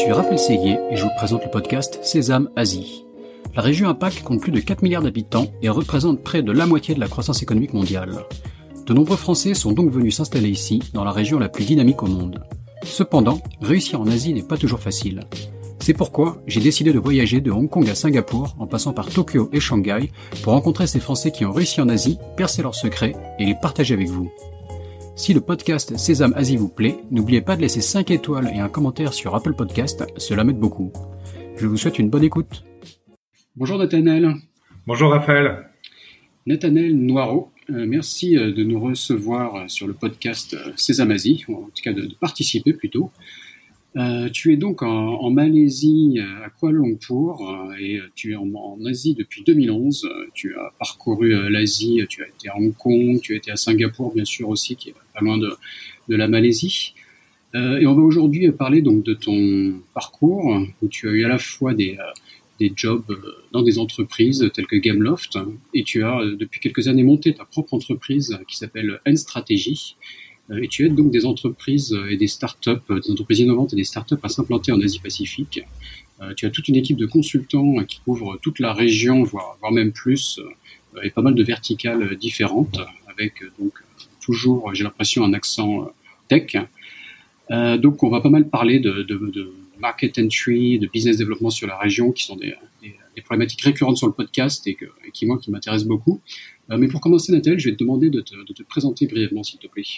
suis Raphaël Séguier et je vous présente le podcast Sésame Asie. La région APAC compte plus de 4 milliards d'habitants et représente près de la moitié de la croissance économique mondiale. De nombreux Français sont donc venus s'installer ici, dans la région la plus dynamique au monde. Cependant, réussir en Asie n'est pas toujours facile. C'est pourquoi j'ai décidé de voyager de Hong Kong à Singapour, en passant par Tokyo et Shanghai, pour rencontrer ces Français qui ont réussi en Asie, percer leurs secrets et les partager avec vous. Si le podcast Sésame Asie vous plaît, n'oubliez pas de laisser 5 étoiles et un commentaire sur Apple Podcast, cela m'aide beaucoup. Je vous souhaite une bonne écoute. Bonjour Nathanaël. Bonjour Raphaël. Nathanaël Noiraud, merci de nous recevoir sur le podcast Sésame Asie, ou en tout cas de participer plutôt. Tu es donc en Malaisie, à Kuala Lumpur, et tu es en Asie depuis 2011. Tu as parcouru l'Asie, tu as été à Hong Kong, tu as été à Singapour, bien sûr aussi, qui est pas loin de la Malaisie. Et on va aujourd'hui parler donc de ton parcours, où tu as eu à la fois des jobs dans des entreprises telles que Gameloft, et tu as depuis quelques années monté ta propre entreprise qui s'appelle N-Strategy. Et tu aides donc des entreprises et des startups, des entreprises innovantes et des startups à s'implanter en Asie-Pacifique. Tu as toute une équipe de consultants qui couvre toute la région, voire même plus, et pas mal de verticales différentes, avec donc toujours, j'ai l'impression, un accent tech. Donc on va pas mal parler de market entry, de business development sur la région, qui sont des problématiques récurrentes sur le podcast et qui m'intéressent beaucoup. Mais pour commencer, Nathalie, je vais te demander de te présenter brièvement, s'il te plaît.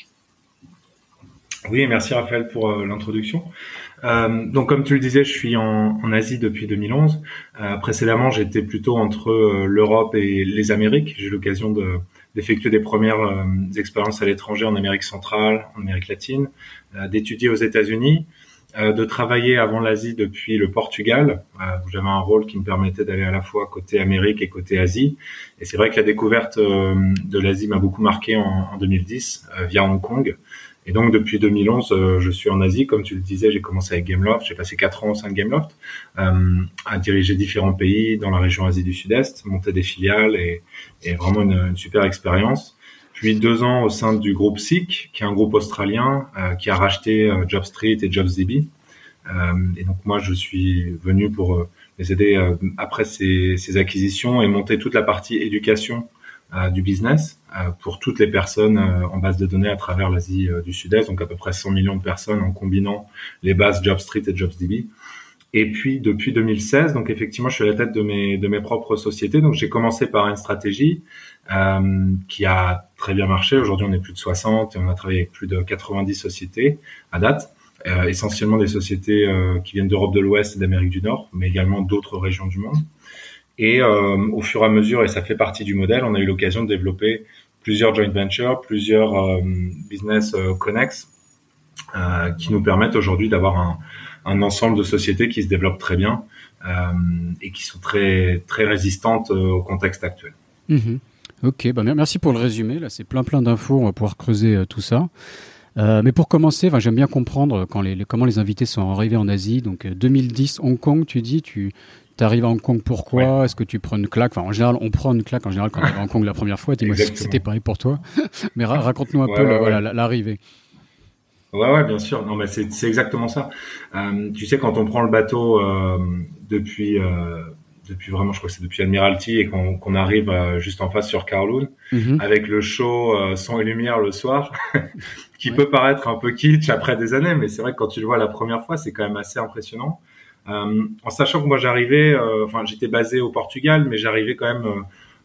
Oui, merci Raphaël pour l'introduction. Donc comme tu le disais, je suis en Asie depuis 2011. Précédemment, j'étais plutôt entre l'Europe et les Amériques. J'ai eu l'occasion d'effectuer des premières expériences à l'étranger en Amérique centrale, en Amérique latine, d'étudier aux États-Unis, de travailler avant l'Asie depuis le Portugal, où j'avais un rôle qui me permettait d'aller à la fois côté Amérique et côté Asie. Et c'est vrai que la découverte de l'Asie m'a beaucoup marqué en 2010 via Hong Kong. Et donc, depuis 2011, je suis en Asie. Comme tu le disais, j'ai commencé avec Gameloft. J'ai passé 4 ans au sein de Gameloft, à diriger différents pays dans la région Asie du Sud-Est, monter des filiales et vraiment une super expérience. Puis 2 ans au sein du groupe SEEK, qui est un groupe australien, qui a racheté JobStreet et JobsDB. Et donc, moi, je suis venu pour les aider après ces acquisitions et monter toute la partie éducation du business pour toutes les personnes en base de données à travers l'Asie du Sud-Est, donc à peu près 100 millions de personnes en combinant les bases JobStreet et JobsDB. Et puis depuis 2016, donc effectivement, je suis à la tête de mes propres sociétés. Donc j'ai commencé par N-Strategy qui a très bien marché. Aujourd'hui, on est plus de 60 et on a travaillé avec plus de 90 sociétés à date. Essentiellement des sociétés qui viennent d'Europe de l'Ouest et d'Amérique du Nord, mais également d'autres régions du monde. Et au fur et à mesure, et ça fait partie du modèle, on a eu l'occasion de développer plusieurs joint ventures, plusieurs business connects qui nous permettent aujourd'hui d'avoir un ensemble de sociétés qui se développent très bien et qui sont très très résistantes au contexte actuel. Mmh. Ok, merci pour le résumé. Là, c'est plein d'infos. On va pouvoir creuser tout ça. Mais pour commencer, j'aime bien comprendre comment les invités sont arrivés en Asie. Donc 2010, Hong Kong, tu dis, tu arrives à Hong Kong, pourquoi ? Ouais. Est-ce que tu prends une claque ? En général, on prend une claque quand on arrive à Hong Kong la première fois. Dis-moi si c'était pareil pour toi. Mais raconte-nous un peu l'arrivée. Ouais, bien sûr. Non, mais c'est exactement ça. Tu sais, quand on prend le bateau depuis vraiment, je crois que c'est depuis Admiralty et qu'on arrive juste en face sur Kowloon, avec le show son et lumière le soir, qui peut paraître un peu kitsch après des années, mais c'est vrai que quand tu le vois la première fois, c'est quand même assez impressionnant. En sachant que moi j'arrivais, j'étais basé au Portugal, mais j'arrivais quand même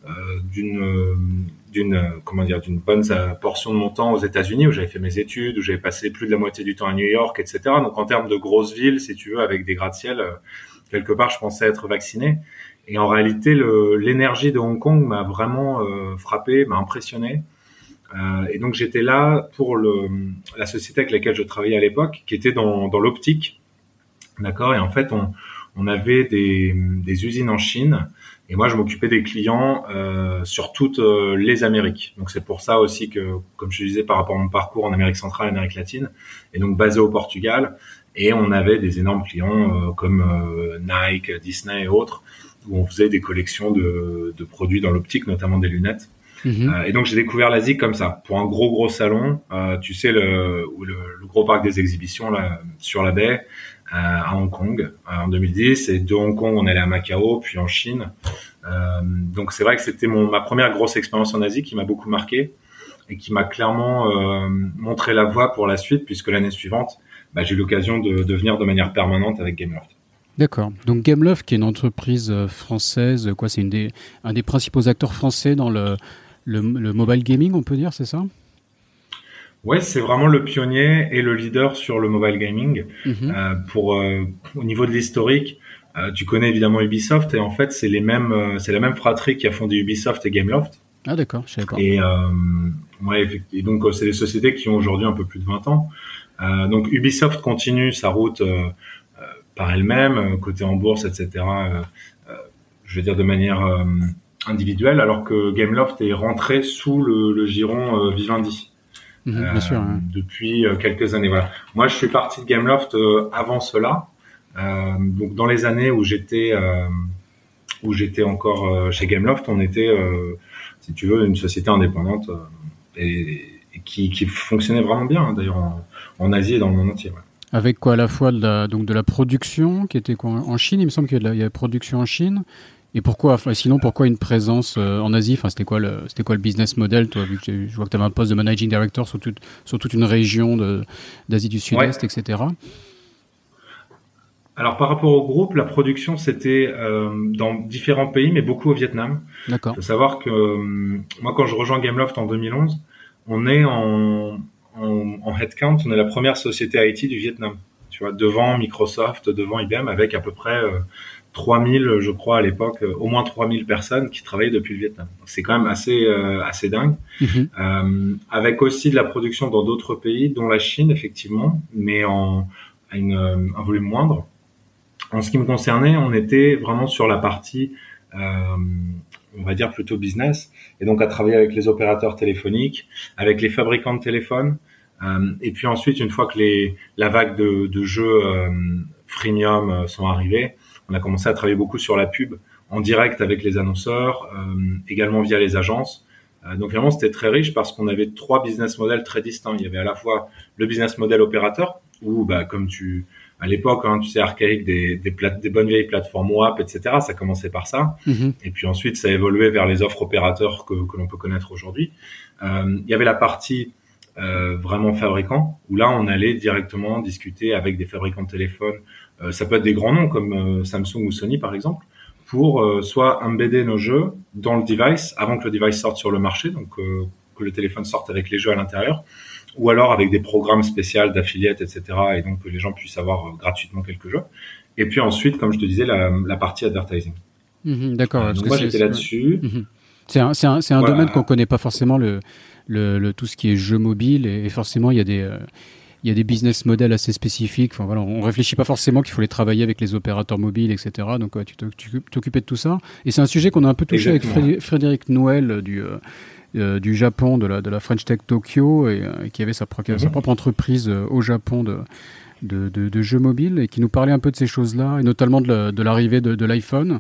d'une bonne portion de mon temps aux États-Unis, où j'avais fait mes études, où j'avais passé plus de la moitié du temps à New York, etc. Donc en termes de grosses villes, si tu veux, avec des gratte-ciel, quelque part je pensais être vacciné. Et en réalité, l'énergie de Hong Kong m'a vraiment frappé, m'a impressionné. Et donc j'étais là pour la société avec laquelle je travaillais à l'époque, qui était dans l'optique. D'accord. Et en fait, on avait des usines en Chine, et moi, je m'occupais des clients sur toutes les Amériques. Donc, c'est pour ça aussi que, comme je te disais, par rapport à mon parcours en Amérique centrale, Amérique latine, et donc basé au Portugal, et on avait des énormes clients comme Nike, Disney et autres, où on faisait des collections de produits dans l'optique, notamment des lunettes. Et donc j'ai découvert l'Asie comme ça, pour un gros salon, tu sais, le gros parc des exhibitions là sur la baie, à Hong Kong en 2010, et de Hong Kong on est allé à Macao, puis en Chine. Donc c'est vrai que c'était ma première grosse expérience en Asie qui m'a beaucoup marqué et qui m'a clairement montré la voie pour la suite, puisque l'année suivante, j'ai eu l'occasion de venir de manière permanente avec Gameloft. D'accord. Donc Gameloft, qui est une entreprise française, quoi, c'est un des principaux acteurs français dans le mobile gaming, on peut dire, c'est ça? Ouais, c'est vraiment le pionnier et le leader sur le mobile gaming. Au niveau de l'historique, tu connais évidemment Ubisoft, et en fait c'est la même fratrie qui a fondé Ubisoft et Gameloft. Ah d'accord, je savais pas. Et donc c'est des sociétés qui ont aujourd'hui un peu plus de 20 ans. Donc Ubisoft continue sa route par elle-même, côté en bourse, etc. Je veux dire de manière individuelle, alors que Gameloft est rentré sous le giron Vivendi. Bien sûr, hein. Depuis quelques années. Voilà. Moi, je suis parti de Gameloft avant cela. Donc, dans les années où j'étais encore chez Gameloft, on était, si tu veux, une société indépendante et qui fonctionnait vraiment bien, hein, d'ailleurs en Asie et dans le monde entier. Ouais. Avec quoi, à la fois de la production qui était quoi, en Chine, il me semble qu'il y a production en Chine. Et pourquoi une présence en Asie? Enfin, c'était quoi le business model, toi, vu que je vois que tu avais un poste de managing director sur toute une région d'Asie du Sud-Est, ouais, etc. Alors, par rapport au groupe, la production, c'était dans différents pays, mais beaucoup au Vietnam. D'accord. Il faut savoir que moi, quand je rejoins Gameloft en 2011, on est en headcount, on est la première société IT du Vietnam. Tu vois, devant Microsoft, devant IBM, avec à peu près 3000, je crois, à l'époque, au moins 3000 personnes qui travaillaient depuis le Vietnam. Donc, c'est quand même assez dingue. Avec aussi de la production dans d'autres pays, dont la Chine, effectivement, mais à un volume moindre. En ce qui me concernait, on était vraiment sur la partie, on va dire plutôt business, et donc à travailler avec les opérateurs téléphoniques, avec les fabricants de téléphones, et puis ensuite, une fois que la vague de jeux freemium sont arrivés, on a commencé à travailler beaucoup sur la pub en direct avec les annonceurs, également via les agences. Donc vraiment, c'était très riche parce qu'on avait 3 business models très distincts. Il y avait à la fois le business model opérateur, où à l'époque, tu sais, archaïque, des bonnes vieilles plateformes WAP, etc. Ça commençait par ça. Et puis ensuite, ça a évolué vers les offres opérateurs que l'on peut connaître aujourd'hui. Il y avait la partie vraiment fabricant, où là, on allait directement discuter avec des fabricants de téléphones. Ça peut être des grands noms comme Samsung ou Sony, par exemple, pour soit embedder nos jeux dans le device avant que le device sorte sur le marché, donc que le téléphone sorte avec les jeux à l'intérieur, ou alors avec des programmes spéciaux d'affiliates, etc. Et donc que les gens puissent avoir gratuitement quelques jeux. Et puis ensuite, comme je te disais, la partie advertising. D'accord. Donc moi, j'étais là-dessus. C'est un domaine qu'on connaît pas forcément, tout ce qui est jeux mobiles, et forcément il y a des business models assez spécifiques. Enfin, voilà, on réfléchit pas forcément qu'il faut les travailler avec les opérateurs mobiles, etc. Donc tu t'occupais de tout ça. Et c'est un sujet qu'on a un peu touché. Exactement. Avec Frédéric Noël du Japon, de la French Tech Tokyo, et qui avait sa propre entreprise au Japon de jeux mobiles, et qui nous parlait un peu de ces choses-là, et notamment de l'arrivée de l'iPhone.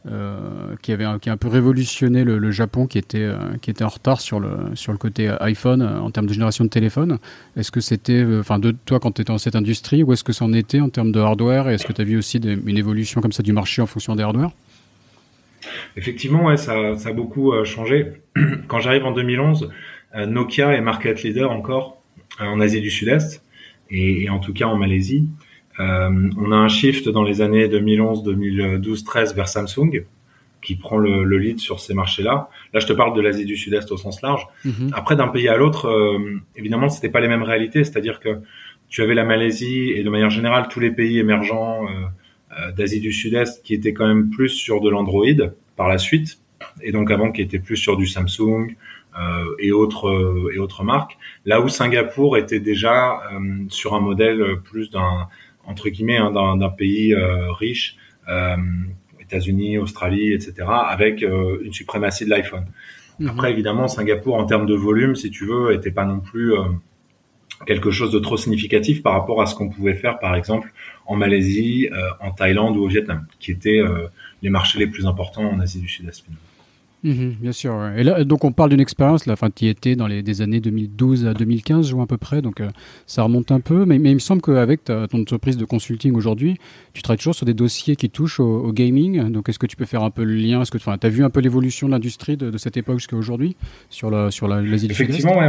Qui a un peu révolutionné le Japon, qui était en retard sur le côté iPhone en termes de génération de téléphone. Est-ce que c'était, toi, quand tu étais dans cette industrie, où est-ce que ça en était en termes de hardware, et est-ce que tu as vu aussi une évolution comme ça du marché en fonction des hardware? Effectivement, ouais, ça a beaucoup changé. Quand j'arrive en 2011, Nokia est market leader encore en Asie du Sud-Est, et en tout cas en Malaisie. On a un shift dans les années 2011, 2012, 13 vers Samsung, qui prend le lead sur ces marchés-là. Là, je te parle de l'Asie du Sud-Est au sens large. Après, d'un pays à l'autre, évidemment, c'était pas les mêmes réalités. C'est-à-dire que tu avais la Malaisie et de manière générale tous les pays émergents d'Asie du Sud-Est qui étaient quand même plus sur de l'Android par la suite, et donc avant qui étaient plus sur du Samsung et autres marques. Là où Singapour était déjà sur un modèle plus entre guillemets, d'un pays riche, États-Unis, Australie, etc., avec une suprématie de l'iPhone. Après, évidemment, Singapour, en termes de volume, si tu veux, était pas non plus quelque chose de trop significatif par rapport à ce qu'on pouvait faire, par exemple, en Malaisie, en Thaïlande ou au Vietnam, qui étaient les marchés les plus importants en Asie du Sud-Est. Bien sûr. Ouais. Et là, donc on parle d'une expérience, là, enfin, tu y étais dans des années 2012 à 2015, je vois à peu près, donc ça remonte un peu. Mais il me semble qu'avec ton entreprise de consulting aujourd'hui, tu travailles toujours sur des dossiers qui touchent au gaming. Donc est-ce que tu peux faire un peu le lien? Est-ce que tu as vu un peu l'évolution de l'industrie de cette époque jusqu'à aujourd'hui sur l'Asie du Sud-Est? Effectivement,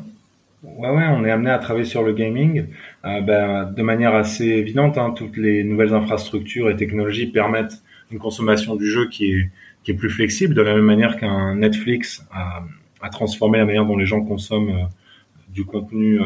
ouais, on est amené à travailler sur le gaming de manière assez évidente. Hein, toutes les nouvelles infrastructures et technologies permettent une consommation du jeu qui est plus flexible, de la même manière qu'un Netflix a transformé la manière dont les gens consomment du contenu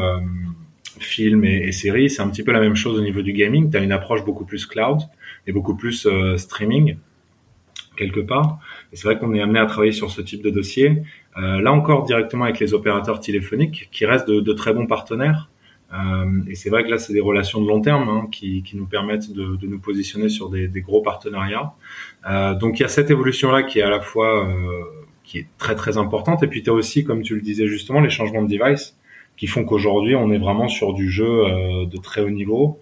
film et séries. C'est un petit peu la même chose au niveau du gaming. Tu as une approche beaucoup plus cloud et beaucoup plus streaming quelque part. Et c'est vrai qu'on est amené à travailler sur ce type de dossier. Là encore directement avec les opérateurs téléphoniques qui restent de très bons partenaires. Et c'est vrai que là, c'est des relations de long terme qui nous permettent de nous positionner sur des gros partenariats. Donc il y a cette évolution-là qui est à la fois qui est très très importante. Et puis tu as aussi, comme tu le disais justement, les changements de device qui font qu'aujourd'hui, on est vraiment sur du jeu de très haut niveau.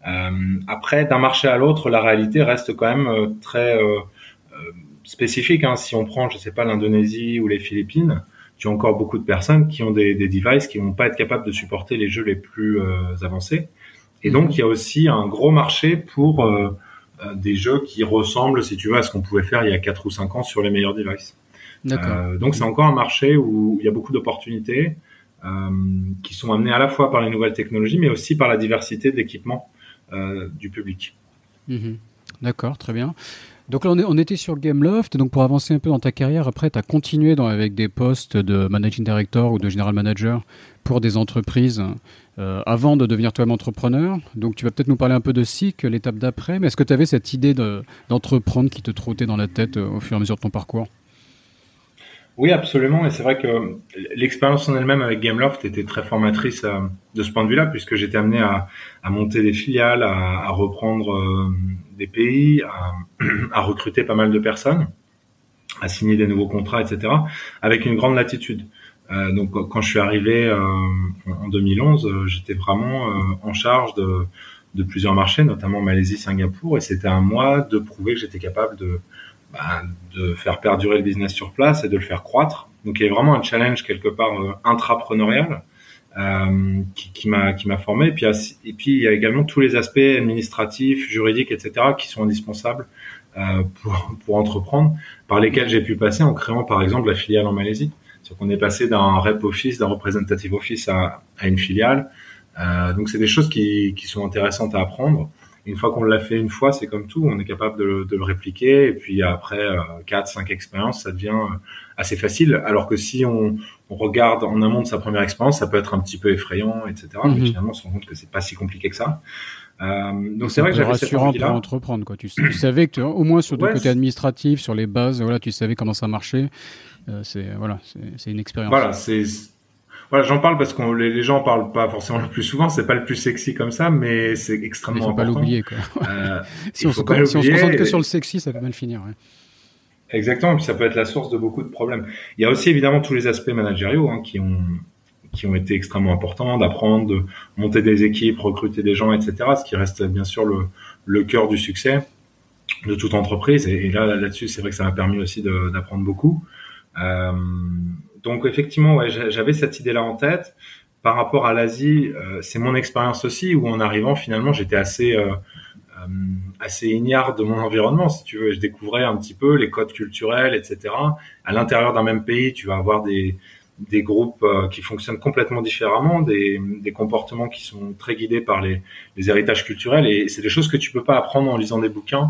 Après, d'un marché à l'autre, la réalité reste quand même très spécifique. Hein. Si on prend, je sais pas, l'Indonésie ou les Philippines, tu as encore beaucoup de personnes qui ont des devices qui vont pas être capables de supporter les jeux les plus avancés. Et donc, il y a aussi un gros marché pour des jeux qui ressemblent, si tu veux, à ce qu'on pouvait faire il y a 4 ou 5 ans sur les meilleurs devices. Donc, c'est encore un marché où il y a beaucoup d'opportunités qui sont amenées à la fois par les nouvelles technologies, mais aussi par la diversité d'équipements du public. D'accord, très bien. Donc là, on était sur Gameloft. Donc pour avancer un peu dans ta carrière, après, tu as continué avec des postes de managing director ou de general manager pour des entreprises avant de devenir toi-même entrepreneur. Donc tu vas peut-être nous parler un peu de SIC, l'étape d'après. Mais est-ce que tu avais cette idée d'entreprendre qui te trottait dans la tête au fur et à mesure de ton parcours? Oui, absolument. Et c'est vrai que l'expérience en elle-même avec Gameloft était très formatrice de ce point de vue-là, puisque j'étais amené à monter des filiales, à reprendre des pays, à recruter pas mal de personnes, à signer des nouveaux contrats, etc., avec une grande latitude. Donc, quand je suis arrivé en 2011, j'étais vraiment en charge de plusieurs marchés, notamment Malaisie, Singapour, et c'était à moi de prouver que j'étais capable de faire perdurer le business sur place et de le faire croître. Donc il y a vraiment un challenge quelque part intrapreneurial qui m'a formé. Et puis il y a également tous les aspects administratifs, juridiques, etc. qui sont indispensables pour entreprendre, par lesquels j'ai pu passer en créant par exemple la filiale en Malaisie. C'est qu'on est passé d'un rep office, d'un representative office à une filiale. Donc c'est des choses qui sont intéressantes à apprendre. Une fois qu'on l'a fait une fois, c'est comme tout, on est capable de le répliquer. Et puis après 4-5 expériences, ça devient assez facile. Alors que si on regarde en amont de sa première expérience, ça peut être un petit peu effrayant, etc. Mais finalement, on se rend compte que c'est pas si compliqué que ça. Donc c'est vrai que j'avais cette envie-là. Rassurant pour entreprendre, quoi. Tu savais que au moins sur le côté administratif, sur les bases, voilà, tu savais comment ça marchait. C'est une expérience. Voilà, j'en parle parce que les gens parlent pas forcément le plus souvent. C'est pas le plus sexy comme ça, mais c'est extrêmement important. Il faut pas l'oublier, quoi. Si on se concentre que sur le sexy, ça peut mal finir. Ouais. Exactement. Et puis ça peut être la source de beaucoup de problèmes. Il y a aussi évidemment tous les aspects managériaux qui ont été extrêmement importants, d'apprendre, de monter des équipes, recruter des gens, etc. Ce qui reste bien sûr le cœur du succès de toute entreprise. Et là-dessus, c'est vrai que ça m'a permis aussi d'apprendre beaucoup. Donc effectivement, ouais, j'avais cette idée-là en tête. Par rapport à l'Asie, c'est mon expérience aussi où en arrivant finalement, j'étais assez ignare de mon environnement, si tu veux. Je découvrais un petit peu les codes culturels, etc. À l'intérieur d'un même pays, tu vas avoir des groupes qui fonctionnent complètement différemment, des comportements qui sont très guidés par les héritages culturels, et c'est des choses que tu peux pas apprendre en lisant des bouquins.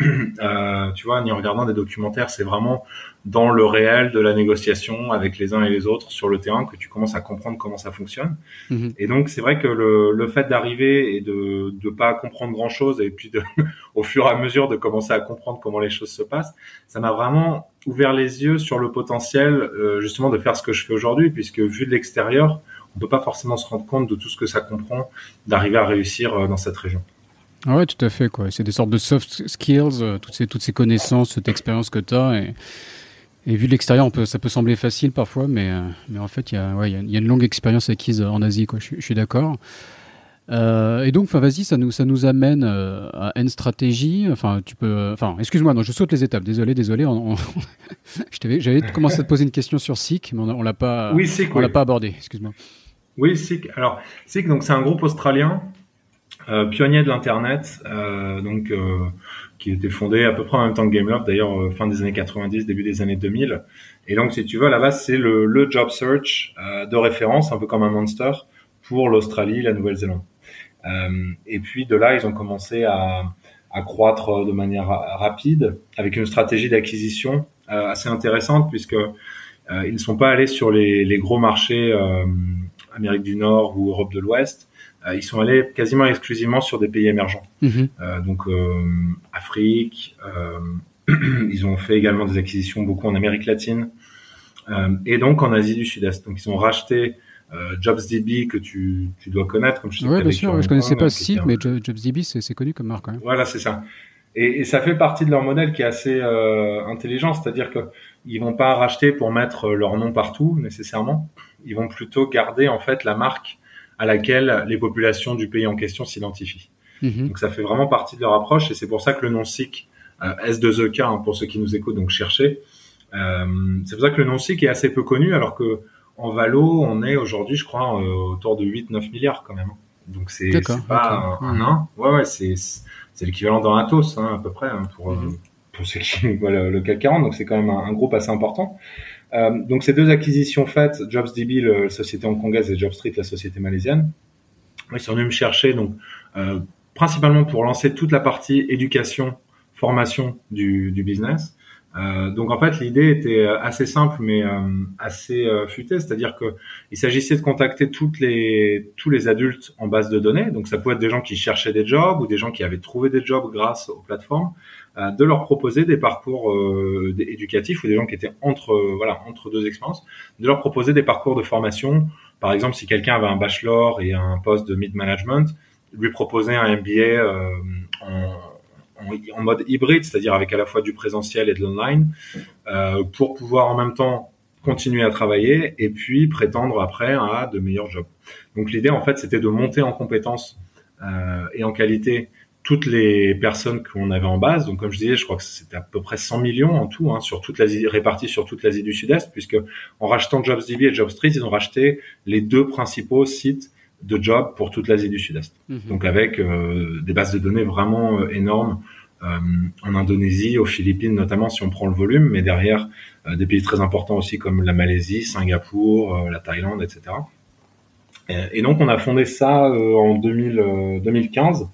Tu vois, ni en regardant des documentaires. C'est vraiment dans le réel de la négociation avec les uns et les autres sur le terrain que tu commences à comprendre comment ça fonctionne. Et donc c'est vrai que le fait d'arriver et de pas comprendre grand chose, et puis au fur et à mesure de commencer à comprendre comment les choses se passent, ça m'a vraiment ouvert les yeux sur le potentiel justement de faire ce que je fais aujourd'hui, puisque vu de l'extérieur, on peut pas forcément se rendre compte de tout ce que ça comprend d'arriver à réussir dans cette région. Ah ouais, tout à fait, quoi. C'est des sortes de soft skills, toutes ces connaissances, cette expérience que tu as. Et vu de l'extérieur, ça peut sembler facile parfois, mais en fait, il y a une longue expérience acquise en Asie, quoi. Je suis d'accord. Et donc, vas-y, ça nous amène à N stratégie. Enfin, excuse-moi, non, je saute les étapes. Désolé. J'avais commencé à te poser une question sur SICK, mais on l'a pas, Oui, SICK, on l'a pas abordé. Excuse-moi. Oui, SICK. Alors, SICK, donc c'est un groupe australien, pionnier de l'internet, qui était fondé à peu près en même temps que Gameloft, d'ailleurs fin des années 90, début des années 2000. Et donc, si tu veux, à la base, c'est le job search de référence, un peu comme un Monster, pour l'Australie, la Nouvelle-Zélande. Et puis de là, ils ont commencé à croître de manière rapide avec une stratégie d'acquisition assez intéressante puisque ils ne sont pas allés sur les gros marchés Amérique du Nord ou Europe de l'Ouest. Ils sont allés quasiment exclusivement sur des pays émergents. Afrique. Ils ont fait également des acquisitions beaucoup en Amérique latine et donc en Asie du Sud-Est. Donc ils ont racheté JobsDB que tu dois connaître, comme je sais. Oui, bien sûr. Je connaissais pas SICK, mais JobsDB c'est connu comme marque quand même. Voilà, c'est ça. Et ça fait partie de leur modèle qui est assez intelligent, c'est-à-dire que ils vont pas racheter pour mettre leur nom partout nécessairement. Ils vont plutôt garder en fait la marque à laquelle les populations du pays en question s'identifient. Donc ça fait vraiment partie de leur approche et c'est pour ça que le nom SICK, S2EK hein, pour ceux qui nous écoutent, donc cherchez. C'est pour ça que le nom SICK est assez peu connu alors que en Valo, on est aujourd'hui, je crois, autour de 8-9 milliards quand même. Donc c'est pas un nain. Ouais, c'est l'équivalent d'un Atos hein, à peu près hein, pour ceux qui voient le CAC 40. Donc c'est quand même un groupe assez important. Donc ces deux acquisitions faites, JobsDB, la société hongkongaise, et JobStreet, la société malaisienne, ils sont venus me chercher donc principalement pour lancer toute la partie éducation, formation du business. Donc en fait l'idée était assez simple mais assez futée, c'est-à-dire que il s'agissait de contacter tous les adultes en base de données, donc ça pouvait être des gens qui cherchaient des jobs ou des gens qui avaient trouvé des jobs grâce aux plateformes, de leur proposer des parcours éducatifs ou des gens qui étaient entre deux expériences, de leur proposer des parcours de formation. Par exemple, si quelqu'un avait un bachelor et un poste de mid-management, lui proposer un MBA en mode hybride, c'est-à-dire avec à la fois du présentiel et de l'online, pour pouvoir en même temps continuer à travailler et puis prétendre après à de meilleurs jobs. Donc l'idée en fait c'était de monter en compétences et en qualité toutes les personnes qu'on avait en base. Donc comme je disais, je crois que c'était à peu près 100 millions en tout, hein, sur toute l'Asie, répartis sur toute l'Asie du Sud-Est, puisque en rachetant JobsDB et JobStreet, ils ont racheté les deux principaux sites de job pour toute l'Asie du Sud-Est. Donc avec des bases de données vraiment énormes en Indonésie, aux Philippines notamment si on prend le volume, mais derrière des pays très importants aussi comme la Malaisie, Singapour, la Thaïlande, etc. Et donc on a fondé ça en 2015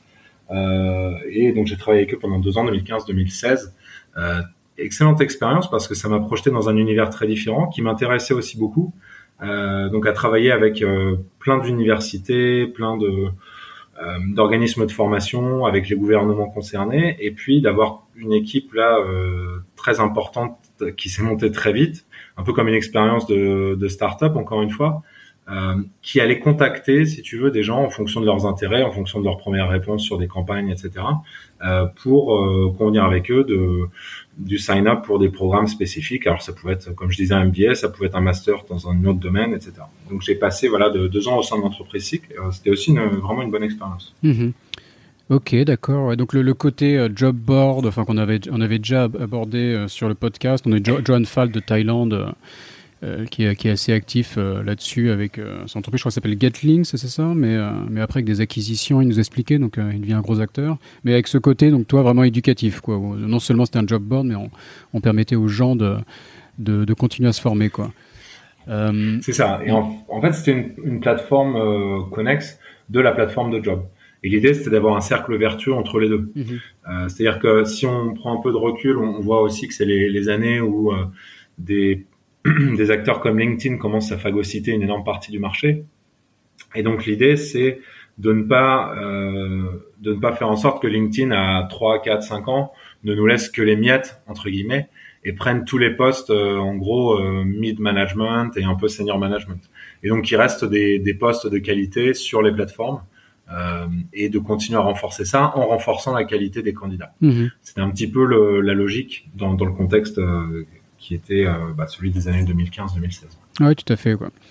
et donc j'ai travaillé avec eux pendant 2 ans, 2015-2016. Excellente expérience parce que ça m'a projeté dans un univers très différent qui m'intéressait aussi beaucoup. Donc à travailler avec plein d'universités, plein d'organismes de formation, avec les gouvernements concernés, et puis d'avoir une équipe là très importante qui s'est montée très vite, un peu comme une expérience de start-up encore une fois, qui allait contacter, si tu veux, des gens en fonction de leurs intérêts, en fonction de leurs premières réponses sur des campagnes, etc., pour convenir avec eux du sign-up pour des programmes spécifiques. Alors ça pouvait être, comme je disais, un MBA, ça pouvait être un master dans un autre domaine, etc. Donc j'ai passé de 2 ans au sein de l'entreprise SICK. C'était aussi vraiment une bonne expérience. Ok, d'accord. Ouais, donc le côté job board, enfin on avait déjà abordé sur le podcast. On a Johan Fall de Thaïlande. Qui est assez actif là-dessus avec son entreprise, je crois que ça s'appelle Getlink, c'est ça, mais après avec des acquisitions, il nous expliquait, donc il devient un gros acteur, mais avec ce côté, donc toi vraiment éducatif, quoi. Non seulement c'était un job board, mais on permettait aux gens de continuer à se former, quoi. C'est ça, et en fait c'était une plateforme connexe de la plateforme de job. Et l'idée, c'était d'avoir un cercle vertueux entre les deux. C'est-à-dire que si on prend un peu de recul, on voit aussi que c'est les années où des acteurs comme LinkedIn commencent à phagocyter une énorme partie du marché. Et donc l'idée, c'est de ne pas faire en sorte que LinkedIn à 3, 4, 5 ans ne nous laisse que les miettes, entre guillemets, et prenne tous les postes, en gros, mid-management et un peu senior management. Et donc il reste des postes de qualité sur les plateformes et de continuer à renforcer ça en renforçant la qualité des candidats. C'était un petit peu la logique dans le contexte qui était celui des années 2015-2016. Oui, tout à fait, quoi.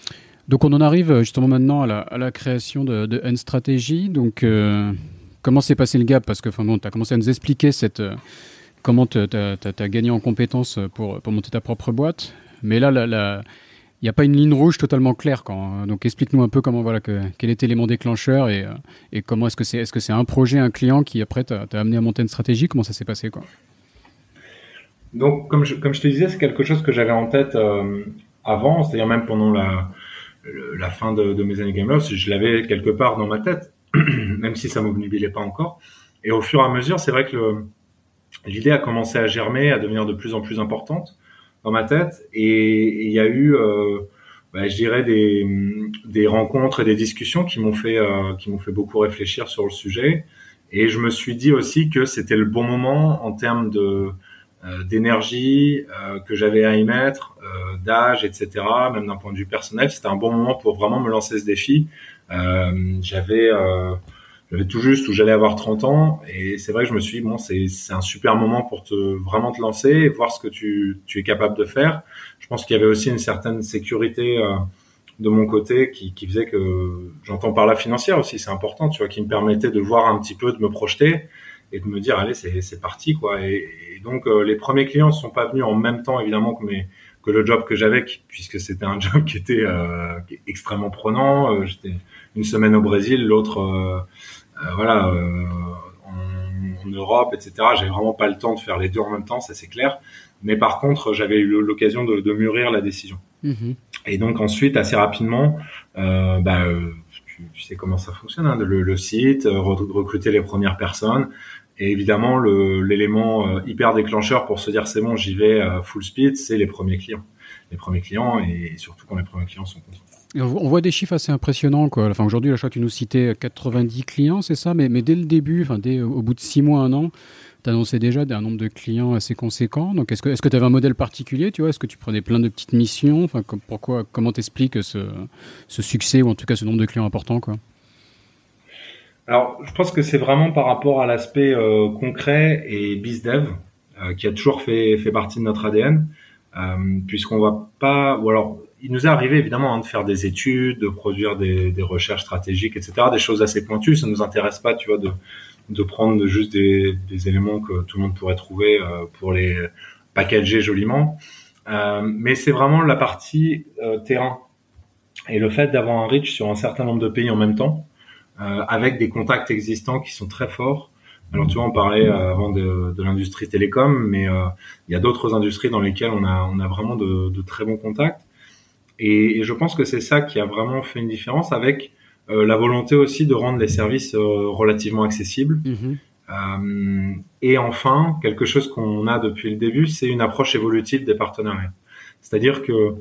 Donc on en arrive justement maintenant à la création de N-Strategy. Donc comment s'est passé le gap? Parce que tu as commencé à nous expliquer comment tu as gagné en compétences pour monter ta propre boîte. Mais là, il n'y a pas une ligne rouge totalement claire. Donc explique-nous un peu quel était l'élément déclencheur et comment est-ce que c'est un projet, un client qui après t'a amené à monter une stratégie? Comment ça s'est passé, quoi? Donc comme je te disais, c'est quelque chose que j'avais en tête avant, c'est-à-dire même pendant la fin de mes années Gameloft, je l'avais quelque part dans ma tête, même si ça m'obnubilait pas encore. Et au fur et à mesure, c'est vrai que l'idée a commencé à germer, à devenir de plus en plus importante dans ma tête. Et il y a eu, je dirais, des rencontres et des discussions qui m'ont fait beaucoup réfléchir sur le sujet. Et je me suis dit aussi que c'était le bon moment en termes d'énergie que j'avais à y mettre, d'âge, etc. Même d'un point de vue personnel, c'était un bon moment pour vraiment me lancer ce défi. J'avais tout juste où j'allais avoir 30 ans et c'est vrai que je me suis dit, bon, c'est un super moment pour vraiment te lancer et voir ce que tu es capable de faire. Je pense qu'il y avait aussi une certaine sécurité de mon côté qui faisait que, j'entends par là financière aussi, c'est important, tu vois, qui me permettait de voir un petit peu, de me projeter et de me dire, allez, c'est parti, quoi. Et donc, les premiers clients ne sont pas venus en même temps, évidemment, que le job que j'avais, puisque c'était un job qui était extrêmement prenant. J'étais une semaine au Brésil, l'autre, en Europe, etc. J'avais vraiment pas le temps de faire les deux en même temps, ça c'est clair. Mais par contre, j'avais eu l'occasion de mûrir la décision. Mmh. Et donc ensuite, assez rapidement, tu sais comment ça fonctionne, hein, le site, recruter les premières personnes. Et évidemment, l'élément hyper déclencheur pour se dire c'est bon, j'y vais full speed, c'est les premiers clients. Les premiers clients et surtout quand les premiers clients sont contents. Et on voit des chiffres assez impressionnants, quoi. Enfin, aujourd'hui, là, je crois que tu nous citais 90 clients, c'est ça, mais dès le début, au bout de 6 mois, 1 an, tu annonçais déjà un nombre de clients assez conséquent. Donc, est-ce que tu avais un modèle particulier, tu vois? Est-ce que tu prenais plein de petites missions? Enfin, comment t'expliques ce succès ou en tout cas ce nombre de clients importants, quoi? Alors, je pense que c'est vraiment par rapport à l'aspect concret et bizdev qui a toujours fait partie de notre ADN, puisqu'on va pas, ou alors il nous est arrivé évidemment de faire des études, de produire des recherches stratégiques, etc., des choses assez pointues. Ça nous intéresse pas, tu vois, de prendre juste des éléments que tout le monde pourrait trouver pour les packager joliment. Mais c'est vraiment la partie terrain et le fait d'avoir un reach sur un certain nombre de pays en même temps. Avec des contacts existants qui sont très forts. Alors tu vois, on parlait avant de l'industrie télécom, mais il y a d'autres industries dans lesquelles on a vraiment de très bons contacts. Et je pense que c'est ça qui a vraiment fait une différence avec la volonté aussi de rendre les services relativement accessibles. Mmh. Et enfin, quelque chose qu'on a depuis le début, c'est une approche évolutive des partenariats. C'est-à-dire que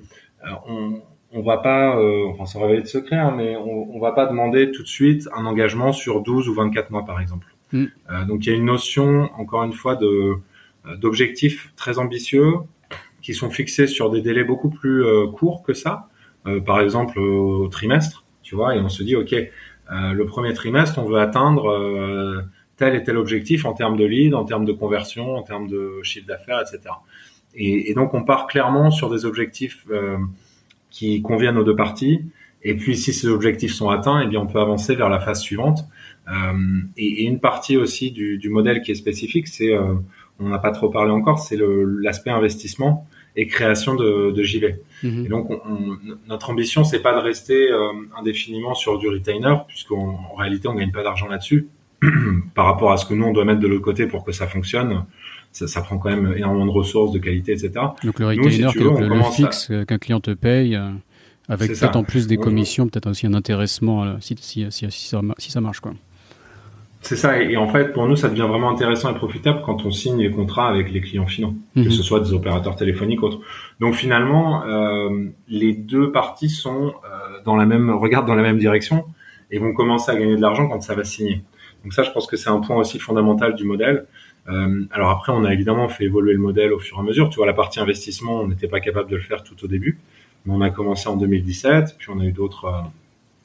on va pas, sans révéler de secret, hein, mais on va pas demander tout de suite un engagement sur 12 ou 24 mois, par exemple. Mm. Donc, il y a une notion, encore une fois, d'objectifs très ambitieux qui sont fixés sur des délais beaucoup plus courts que ça. Par exemple, au trimestre, tu vois, et on se dit, OK, le premier trimestre, on veut atteindre tel et tel objectif en termes de lead, en termes de conversion, en termes de chiffre d'affaires, etc. Et donc, on part clairement sur des objectifs qui conviennent aux deux parties. Et puis, si ces objectifs sont atteints, eh bien, on peut avancer vers la phase suivante. Et une partie aussi du modèle qui est spécifique, c'est, on n'a pas trop parlé encore, c'est l'aspect investissement et création de JV. Mmh. Et donc, notre ambition, c'est pas de rester indéfiniment sur du retainer, puisqu'en réalité, on gagne pas d'argent là-dessus. Par rapport à ce que nous, on doit mettre de l'autre côté pour que ça fonctionne. Ça prend quand même énormément de ressources, de qualité, etc. Donc le retainer, si le fixe qu'un client te paye, avec peut-être en plus des commissions, peut-être aussi un intéressement si ça marche, quoi. C'est ça, et en fait, pour nous, ça devient vraiment intéressant et profitable quand on signe les contrats avec les clients finaux, que ce soit des opérateurs téléphoniques ou autres. Donc finalement, les deux parties sont regardent dans la même direction et vont commencer à gagner de l'argent quand ça va signer. Donc ça, je pense que c'est un point aussi fondamental du modèle. Alors après, on a évidemment fait évoluer le modèle au fur et à mesure. Tu vois, la partie investissement, on n'était pas capable de le faire tout au début. Mais on a commencé en 2017, puis on a eu d'autres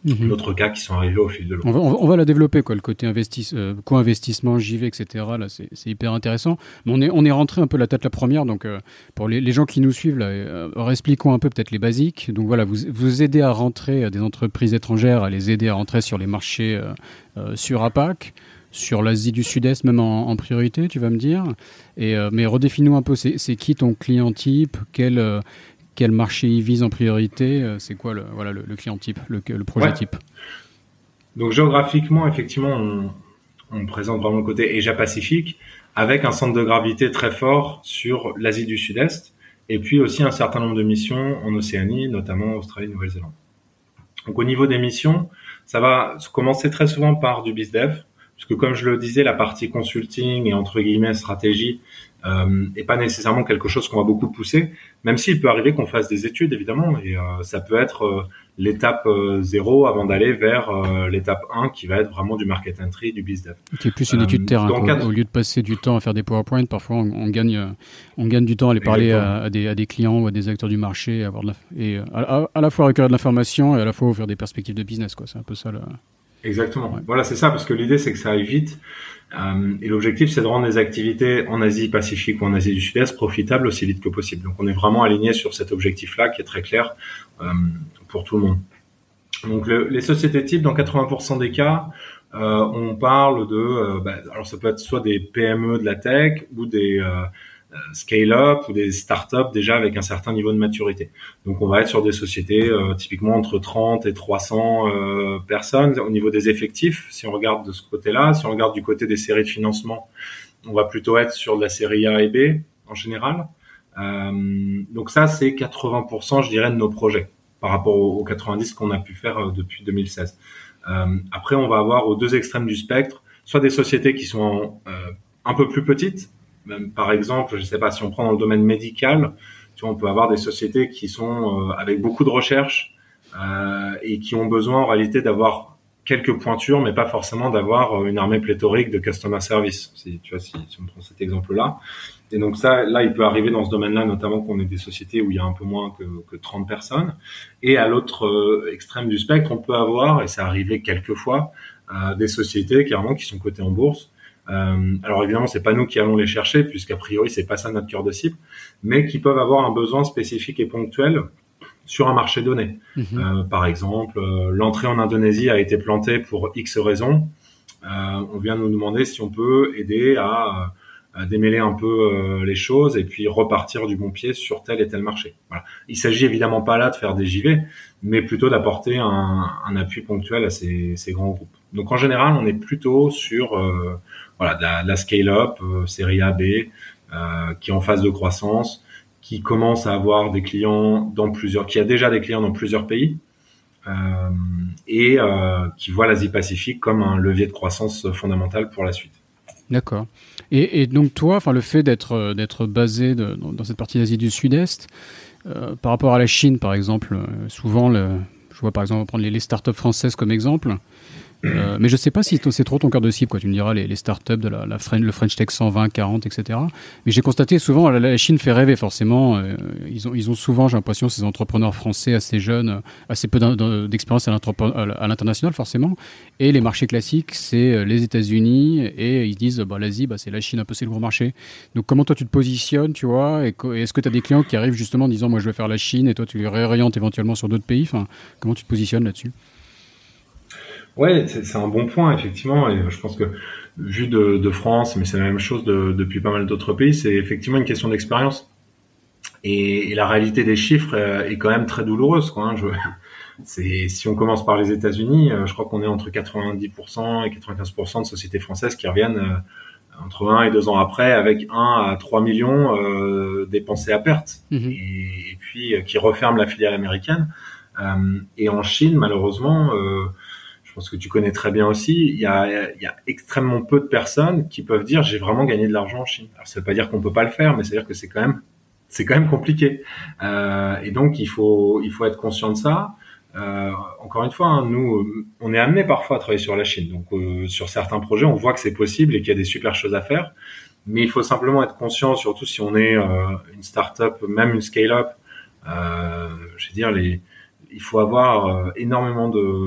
d'autres cas qui sont arrivés au fil de l'eau. On va la développer, quoi, le côté co-investissement, JV, etc. Là, c'est hyper intéressant. Mais on est rentré un peu la tête la première. Donc, pour les gens qui nous suivent, là, expliquons un peu peut-être les basiques. Donc voilà, vous aidez à rentrer des entreprises étrangères, à les aider à rentrer sur les marchés sur APAC, sur l'Asie du Sud-Est, même en priorité, tu vas me dire. Mais redéfinis-nous un peu, c'est qui ton client type, quel marché il vise en priorité, c'est quoi le client type, le projet type? Donc géographiquement, effectivement, on présente vraiment le côté Asia-Pacifique, avec un centre de gravité très fort sur l'Asie du Sud-Est, et puis aussi un certain nombre de missions en Océanie, notamment Australie, Nouvelle-Zélande. Donc au niveau des missions, ça va commencer très souvent par du BizDev, parce que comme je le disais, la partie consulting et entre guillemets stratégie est pas nécessairement quelque chose qu'on va beaucoup pousser, même s'il peut arriver qu'on fasse des études évidemment, et ça peut être l'étape 0 avant d'aller vers l'étape 1 qui va être vraiment du market entry, du BizDev. Qui est plus une étude terrain. Au lieu de passer du temps à faire des PowerPoint, parfois on gagne du temps à aller parler à des clients ou à des acteurs du marché, à la fois recueillir de l'information et à la fois ouvrir des perspectives de business, quoi. C'est un peu ça. Exactement. Ouais. Voilà, c'est ça, parce que l'idée, c'est que ça aille vite. Et l'objectif, c'est de rendre les activités en Asie-Pacifique ou en Asie du Sud-Est profitables aussi vite que possible. Donc, on est vraiment aligné sur cet objectif-là qui est très clair pour tout le monde. Donc, les sociétés types, dans 80% des cas, on parle de... alors, ça peut être soit des PME de la tech ou des... scale-up ou des startups déjà avec un certain niveau de maturité. Donc on va être sur des sociétés typiquement entre 30 et 300 personnes au niveau des effectifs, si on regarde de ce côté-là. Si on regarde du côté des séries de financement, on va plutôt être sur de la série A et B en général. Donc ça, c'est 80%, je dirais, de nos projets par rapport aux 90 qu'on a pu faire depuis 2016. Après, on va avoir aux deux extrêmes du spectre, soit des sociétés qui sont un peu plus petites. Même, par exemple, je sais pas, si on prend dans le domaine médical, tu vois, on peut avoir des sociétés qui sont avec beaucoup de recherche et qui ont besoin en réalité d'avoir quelques pointures, mais pas forcément d'avoir une armée pléthorique de customer service. Si on prend cet exemple-là. Et donc ça, là, il peut arriver dans ce domaine-là, notamment qu'on ait des sociétés où il y a un peu moins que 30 personnes. Et à l'autre extrême du spectre, on peut avoir, et ça arrivé quelques fois, des sociétés carrément qui sont cotées en bourse. Alors évidemment, c'est pas nous qui allons les chercher, puisqu'a priori c'est pas ça notre cœur de cible, mais qui peuvent avoir un besoin spécifique et ponctuel sur un marché donné. Par exemple, l'entrée en Indonésie a été plantée pour X raisons. On vient nous demander si on peut aider à démêler un peu les choses et puis repartir du bon pied sur tel et tel marché. Voilà. Il s'agit évidemment pas là de faire des JV, mais plutôt d'apporter un appui ponctuel à ces grands groupes. Donc en général, on est plutôt sur de la scale-up, série A, B, qui est en phase de croissance, qui commence à avoir des clients qui a déjà des clients dans plusieurs pays, et qui voit l'Asie-Pacifique comme un levier de croissance fondamental pour la suite. D'accord. Et donc toi, le fait d'être basé dans cette partie d'Asie du Sud-Est, par rapport à la Chine, par exemple, souvent, je vois par exemple, on va prendre les startups françaises comme exemple. Mais je sais pas si c'est trop ton cœur de cible, quoi. Tu me diras les startups de le French Tech 120, 40, etc. Mais j'ai constaté souvent, la Chine fait rêver forcément. Ils ont souvent, j'ai l'impression, ces entrepreneurs français assez jeunes, assez peu d'expérience à l'international forcément. Et les marchés classiques, c'est les États-Unis, et ils disent, l'Asie, c'est la Chine, un peu c'est le gros marché. Donc comment toi tu te positionnes, tu vois, et est-ce que tu as des clients qui arrivent justement en disant, moi je veux faire la Chine, et toi tu les réorientes éventuellement sur d'autres pays. Comment tu te positionnes là-dessus? Ouais, c'est un bon point, effectivement, et je pense que vu de France, mais c'est la même chose depuis pas mal d'autres pays, c'est effectivement une question d'expérience. Et la réalité des chiffres est quand même très douloureuse, quoi. Hein. Si on commence par les États-Unis, je crois qu'on est entre 90% et 95% de sociétés françaises qui reviennent entre 1 et 2 ans après avec 1 à 3 millions dépensés à perte, et puis qui referment la filiale américaine. Et en Chine, malheureusement, je pense que tu connais très bien aussi, il y a extrêmement peu de personnes qui peuvent dire j'ai vraiment gagné de l'argent en Chine. Alors ça veut pas dire qu'on peut pas le faire, mais c'est dire que c'est quand même compliqué. Et donc il faut être conscient de ça. Encore une fois, hein, nous on est amené parfois à travailler sur la Chine. Donc sur certains projets, on voit que c'est possible et qu'il y a des super choses à faire. Mais il faut simplement être conscient, surtout si on est une start-up, même une scale-up. Je veux dire il faut avoir énormément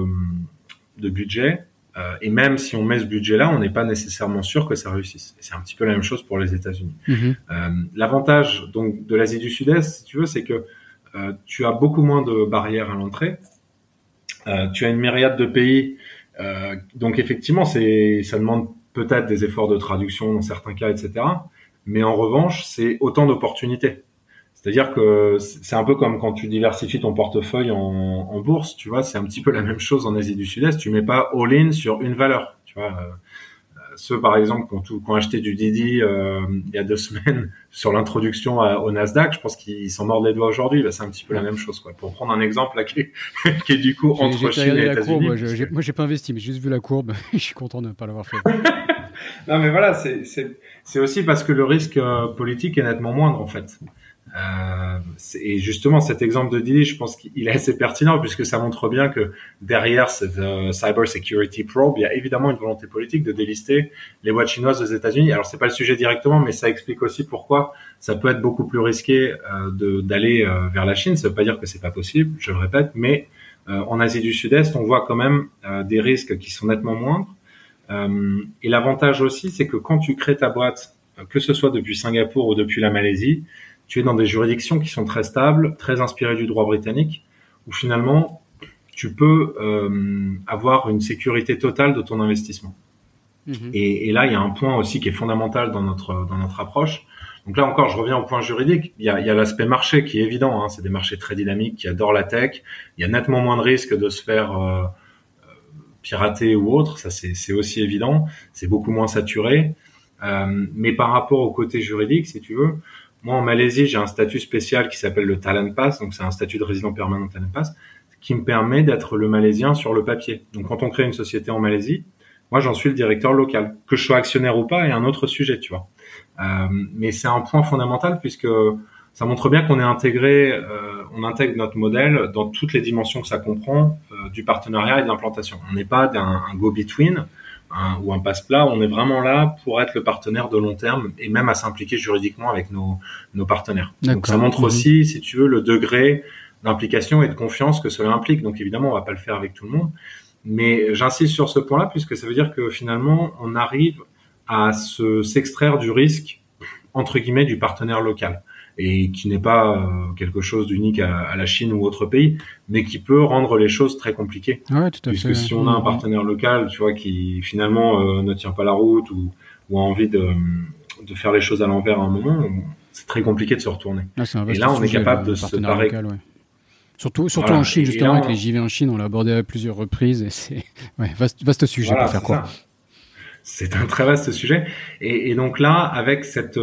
de budget. Et même si on met ce budget-là, on n'est pas nécessairement sûr que ça réussisse. Et c'est un petit peu la même chose pour les États-Unis. L'avantage donc de l'Asie du Sud-Est, si tu veux, c'est que tu as beaucoup moins de barrières à l'entrée. Tu as une myriade de pays. Donc effectivement, ça demande peut-être des efforts de traduction dans certains cas, etc. Mais en revanche, c'est autant d'opportunités. C'est-à-dire que c'est un peu comme quand tu diversifies ton portefeuille en bourse, tu vois, c'est un petit peu la même chose en Asie du Sud-Est. Tu mets pas all-in sur une valeur, tu vois. Ceux, par exemple, qui ont acheté du Didi il y a 2 semaines sur l'introduction au Nasdaq, je pense qu'ils s'en mordent les doigts aujourd'hui. Bah, c'est un petit peu la même chose, quoi. Pour prendre un exemple là, qui est du coup entre Chine et États-Unis. Moi, j'ai pas investi, mais j'ai juste vu la courbe. Je suis content de ne pas l'avoir fait. Non, mais voilà, c'est aussi parce que le risque politique est nettement moindre, en fait. Et justement, cet exemple de Didi, je pense qu'il est assez pertinent puisque ça montre bien que derrière cette cyber security probe, il y a évidemment une volonté politique de délister les boîtes chinoises aux États-Unis. Alors, c'est pas le sujet directement, mais ça explique aussi pourquoi ça peut être beaucoup plus risqué d'aller vers la Chine. Ça veut pas dire que c'est pas possible, je le répète, mais en Asie du Sud-Est, on voit quand même des risques qui sont nettement moindres. Et l'avantage aussi, c'est que quand tu crées ta boîte, que ce soit depuis Singapour ou depuis la Malaisie, tu es dans des juridictions qui sont très stables, très inspirées du droit britannique, où finalement, tu peux avoir une sécurité totale de ton investissement. Et là, il y a un point aussi qui est fondamental dans notre approche. Donc là encore, je reviens au point juridique. Il y a l'aspect marché qui est évident. Hein, c'est des marchés très dynamiques qui adorent la tech. Il y a nettement moins de risques de se faire pirater ou autre. Ça, c'est aussi évident. C'est beaucoup moins saturé. Mais par rapport au côté juridique, si tu veux, moi, en Malaisie, j'ai un statut spécial qui s'appelle le Talent Pass, donc c'est un statut de résident permanent Talent Pass, qui me permet d'être le Malaisien sur le papier. Donc, quand on crée une société en Malaisie, moi, j'en suis le directeur local. Que je sois actionnaire ou pas est un autre sujet, tu vois. Mais c'est un point fondamental puisque ça montre bien qu'on est intégré, on intègre notre modèle dans toutes les dimensions que ça comprend du partenariat et de l'implantation. On n'est pas un go-between, ou un passe-plat, on est vraiment là pour être le partenaire de long terme et même à s'impliquer juridiquement avec nos partenaires. D'accord. Donc ça montre aussi, si tu veux, le degré d'implication et de confiance que cela implique. Donc évidemment, on va pas le faire avec tout le monde, mais j'insiste sur ce point-là puisque ça veut dire que finalement, on arrive à s'extraire du risque, entre guillemets, du partenaire local et qui n'est pas quelque chose d'unique à la Chine ou autre pays, mais qui peut rendre les choses très compliquées. Ouais, tout à puisque fait. Si on a un partenaire local, tu vois, qui finalement ne tient pas la route ou a envie de faire les choses à l'envers à un moment, c'est très compliqué de se retourner. Et là, on est capable de se barrer. Local, ouais. Surtout voilà. En Chine, justement, là, avec les JV en Chine, on l'a abordé à plusieurs reprises et c'est vaste sujet pour faire quoi. C'est un très vaste sujet. Et donc là, avec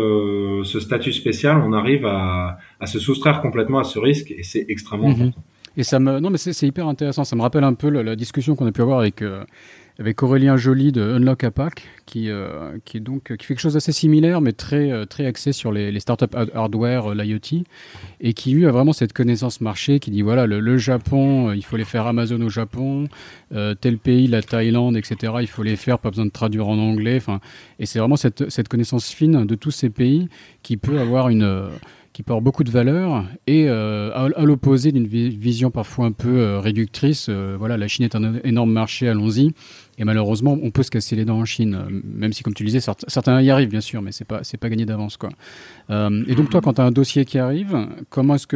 ce statut spécial, on arrive à se soustraire complètement à ce risque et c'est extrêmement important. Et non, mais c'est hyper intéressant. Ça me rappelle un peu la discussion qu'on a pu avoir avec Aurélien Joly de Unlock APAC, qui fait quelque chose d'assez similaire, mais très axé sur les startups hardware, l'IoT, et qui lui a vraiment cette connaissance marché, qui dit voilà, le Japon, il faut les faire Amazon au Japon, tel pays, la Thaïlande, etc., il faut les faire, pas besoin de traduire en anglais. Et c'est vraiment cette connaissance fine de tous ces pays qui peut avoir qui porte beaucoup de valeur et à l'opposé d'une vision parfois un peu réductrice. Voilà, la Chine est un énorme marché, allons-y. Et malheureusement, on peut se casser les dents en Chine, même si, comme tu le disais, certains y arrivent, bien sûr, mais c'est pas gagné d'avance, quoi. Et donc, toi, quand tu as un dossier qui arrive, comment est-ce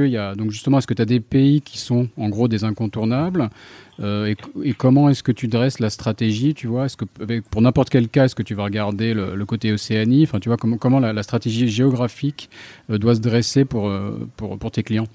que tu as des pays qui sont, en gros, des incontournables et comment est-ce que tu dresses la stratégie, tu vois? Est-ce que, pour n'importe quel cas, est-ce que tu vas regarder le côté Océanie? Enfin, tu vois, comment la stratégie géographique doit se dresser pour tes clients?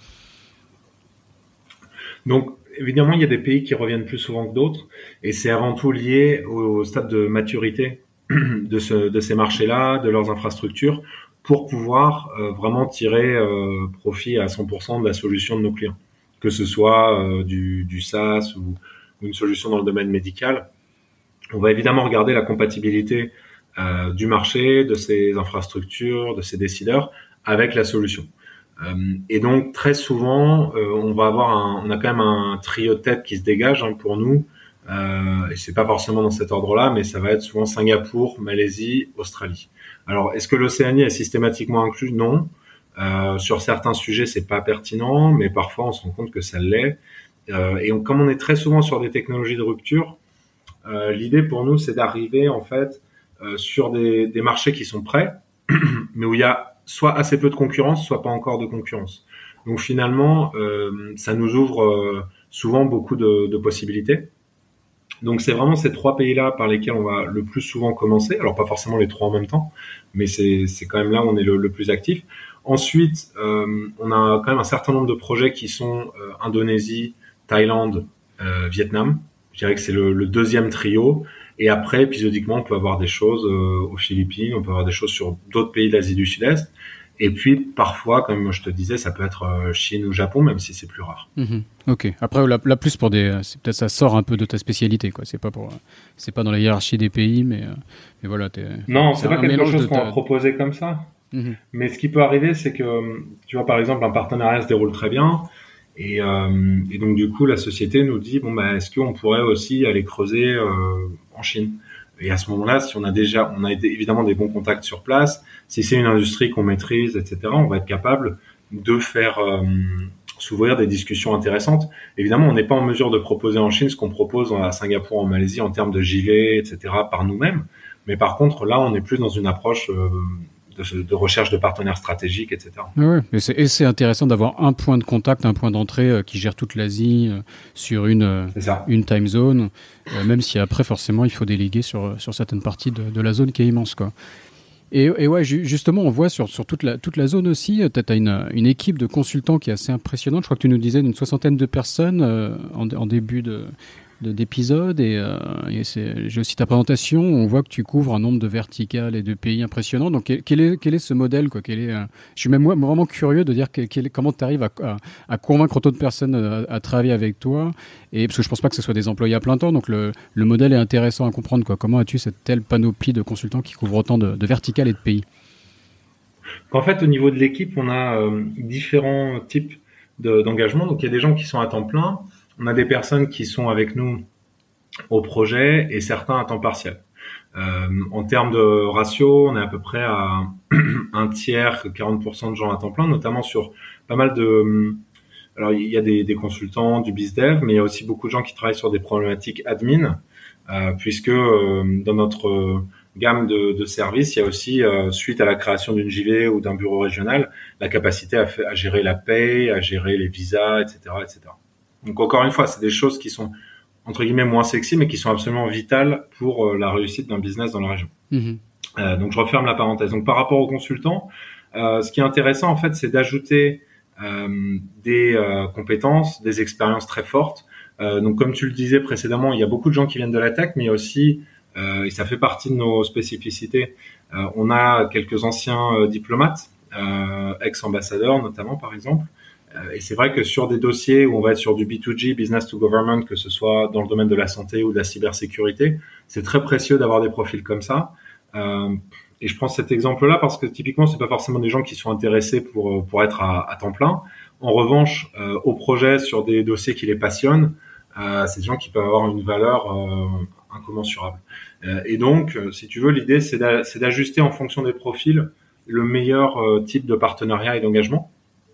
Donc, évidemment, il y a des pays qui reviennent plus souvent que d'autres, et c'est avant tout lié au stade de maturité de ces marchés-là, de leurs infrastructures, pour pouvoir vraiment tirer profit à 100% de la solution de nos clients, que ce soit du SaaS ou une solution dans le domaine médical. On va évidemment regarder la compatibilité du marché, de ces infrastructures, de ces décideurs avec la solution. Et donc très souvent, on a quand même un trio de tête qui se dégage pour nous. Et c'est pas forcément dans cet ordre-là, mais ça va être souvent Singapour, Malaisie, Australie. Alors, est-ce que l'Océanie est systématiquement inclus? Non. Sur certains sujets, c'est pas pertinent, mais parfois on se rend compte que ça l'est. Comme on est très souvent sur des technologies de rupture, l'idée pour nous, c'est d'arriver en fait sur des marchés qui sont prêts, mais où il y a soit assez peu de concurrence, soit pas encore de concurrence. Donc finalement, ça nous ouvre souvent beaucoup de possibilités. Donc c'est vraiment ces 3 pays-là par lesquels on va le plus souvent commencer. Alors pas forcément les 3 en même temps, mais c'est quand même là où on est le plus actif. Ensuite, on a quand même un certain nombre de projets qui sont Indonésie, Thaïlande, Vietnam. Je dirais que c'est le deuxième trio. Et après, épisodiquement, on peut avoir des choses aux Philippines, on peut avoir des choses sur d'autres pays d'Asie du Sud-Est. Et puis, parfois, comme je te disais, ça peut être Chine ou Japon, même si c'est plus rare. Ok. Après, la plus pour c'est peut-être ça sort un peu de ta spécialité, quoi. C'est pas dans la hiérarchie des pays, mais voilà. Non, c'est pas quelque chose qu'on va proposer comme ça. Mais ce qui peut arriver, c'est que, tu vois, par exemple, un partenariat se déroule très bien. Et donc, du coup, la société nous dit, est-ce qu'on pourrait aussi aller creuser en Chine? Et à ce moment-là, si on a évidemment des bons contacts sur place, si c'est une industrie qu'on maîtrise, etc., on va être capable de faire s'ouvrir des discussions intéressantes. Évidemment, on n'est pas en mesure de proposer en Chine ce qu'on propose à Singapour, en Malaisie, en termes de JV, etc., par nous-mêmes. Mais par contre, là, on est plus dans une approche de recherche de partenaires stratégiques, etc. Ouais, et c'est intéressant d'avoir un point de contact, un point d'entrée qui gère toute l'Asie sur une time zone, même si après, forcément, il faut déléguer sur certaines parties de la zone qui est immense, quoi. Et ouais, justement, on voit sur toute la zone aussi, tu as une équipe de consultants qui est assez impressionnante. Je crois que tu nous disais une 60aine de personnes en début d'épisode, et j'ai aussi ta présentation. On voit que tu couvres un nombre de verticales et de pays impressionnants. Donc quel est ce modèle, quoi? Je suis même moi vraiment curieux de dire comment tu arrives à convaincre autant de personnes à travailler avec toi, et parce que je pense pas que ce soit des employés à plein temps. Donc le modèle est intéressant à comprendre, quoi. Comment as-tu cette telle panoplie de consultants qui couvrent autant de verticales et de pays? En fait, au niveau de l'équipe, on a différents types d'engagement. Donc il y a des gens qui sont à temps plein. On a des personnes qui sont avec nous au projet et certains à temps partiel. En termes de ratio, on est à peu près à un tiers, 40% de gens à temps plein, notamment sur pas mal de... Alors, il y a des consultants, du BizDev, mais il y a aussi beaucoup de gens qui travaillent sur des problématiques admin, puisque dans notre gamme de services, il y a aussi, suite à la création d'une JV ou d'un bureau régional, la capacité à gérer la paye, à gérer les visas, etc., etc. Donc encore une fois, c'est des choses qui sont entre guillemets moins sexy, mais qui sont absolument vitales pour la réussite d'un business dans la région. Donc je referme la parenthèse. Donc par rapport aux consultants, ce qui est intéressant en fait, c'est d'ajouter des compétences, des expériences très fortes. Donc comme tu le disais précédemment, il y a beaucoup de gens qui viennent de la tech, mais il y a aussi, et ça fait partie de nos spécificités, on a quelques anciens diplomates, ex-ambassadeurs notamment par exemple. Et c'est vrai que sur des dossiers où on va être sur du B2G, business to government, que ce soit dans le domaine de la santé ou de la cybersécurité, c'est très précieux d'avoir des profils comme ça. Et je prends cet exemple-là parce que typiquement, c'est pas forcément des gens qui sont intéressés pour être à temps plein. En revanche, au projet sur des dossiers qui les passionnent, c'est des gens qui peuvent avoir une valeur incommensurable. Et donc, si tu veux, l'idée, c'est d'ajuster en fonction des profils le meilleur type de partenariat et d'engagement.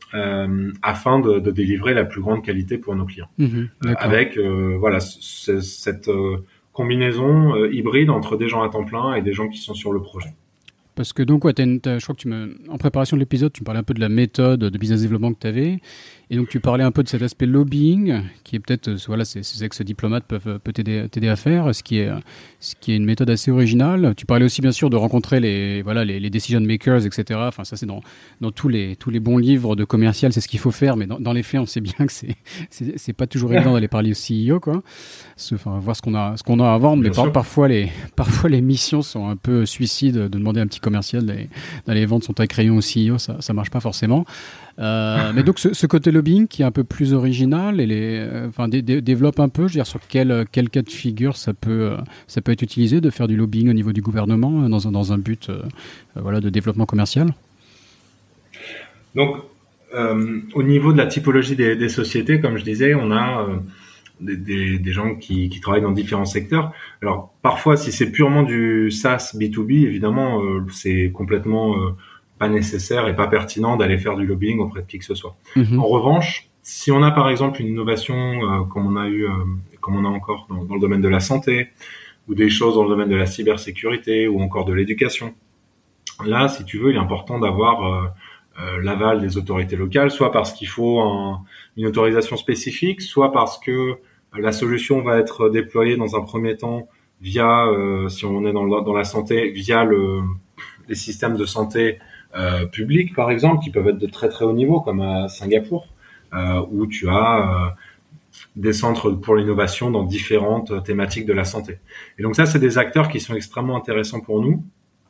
Afin de délivrer la plus grande qualité pour nos clients. Avec voilà cette combinaison hybride entre des gens à temps plein et des gens qui sont sur le projet. Parce que donc, ouais, je crois que en préparation de l'épisode, tu me parlais un peu de la méthode de business development que tu avais. Et donc, tu parlais un peu de cet aspect lobbying, qui est peut-être, voilà, ces ex-diplomates peuvent t'aider à faire, ce qui est une méthode assez originale. Tu parlais aussi, bien sûr, de rencontrer les decision makers, etc. Enfin, ça, c'est dans tous les bons livres de commercial, c'est ce qu'il faut faire. Mais dans les faits, on sait bien que c'est pas toujours évident d'aller parler au CEO, quoi. Enfin, voir ce qu'on a à vendre. Mais parfois, les missions sont un peu suicides de demander à un petit commercial d'aller vendre son taille crayon au CEO, ça marche pas forcément. Mais donc ce côté lobbying qui est un peu plus original, développe un peu, je veux dire, sur quel cas de figure ça peut être utilisé de faire du lobbying au niveau du gouvernement dans un but de développement commercial. Donc au niveau de la typologie des sociétés, comme je disais, on a des gens qui travaillent dans différents secteurs. Alors parfois, si c'est purement du SaaS B2B, évidemment, c'est complètement pas nécessaire et pas pertinent d'aller faire du lobbying auprès de qui que ce soit. Mhm. En revanche, si on a par exemple une innovation comme on a encore dans le domaine de la santé, ou des choses dans le domaine de la cybersécurité, ou encore de l'éducation, là, si tu veux, il est important d'avoir l'aval des autorités locales, soit parce qu'il faut une autorisation spécifique, soit parce que la solution va être déployée dans un premier temps via, si on est dans la santé, via les systèmes de santé publics, par exemple, qui peuvent être de très très haut niveau, comme à Singapour, où tu as des centres pour l'innovation dans différentes thématiques de la santé. Et donc ça, c'est des acteurs qui sont extrêmement intéressants pour nous.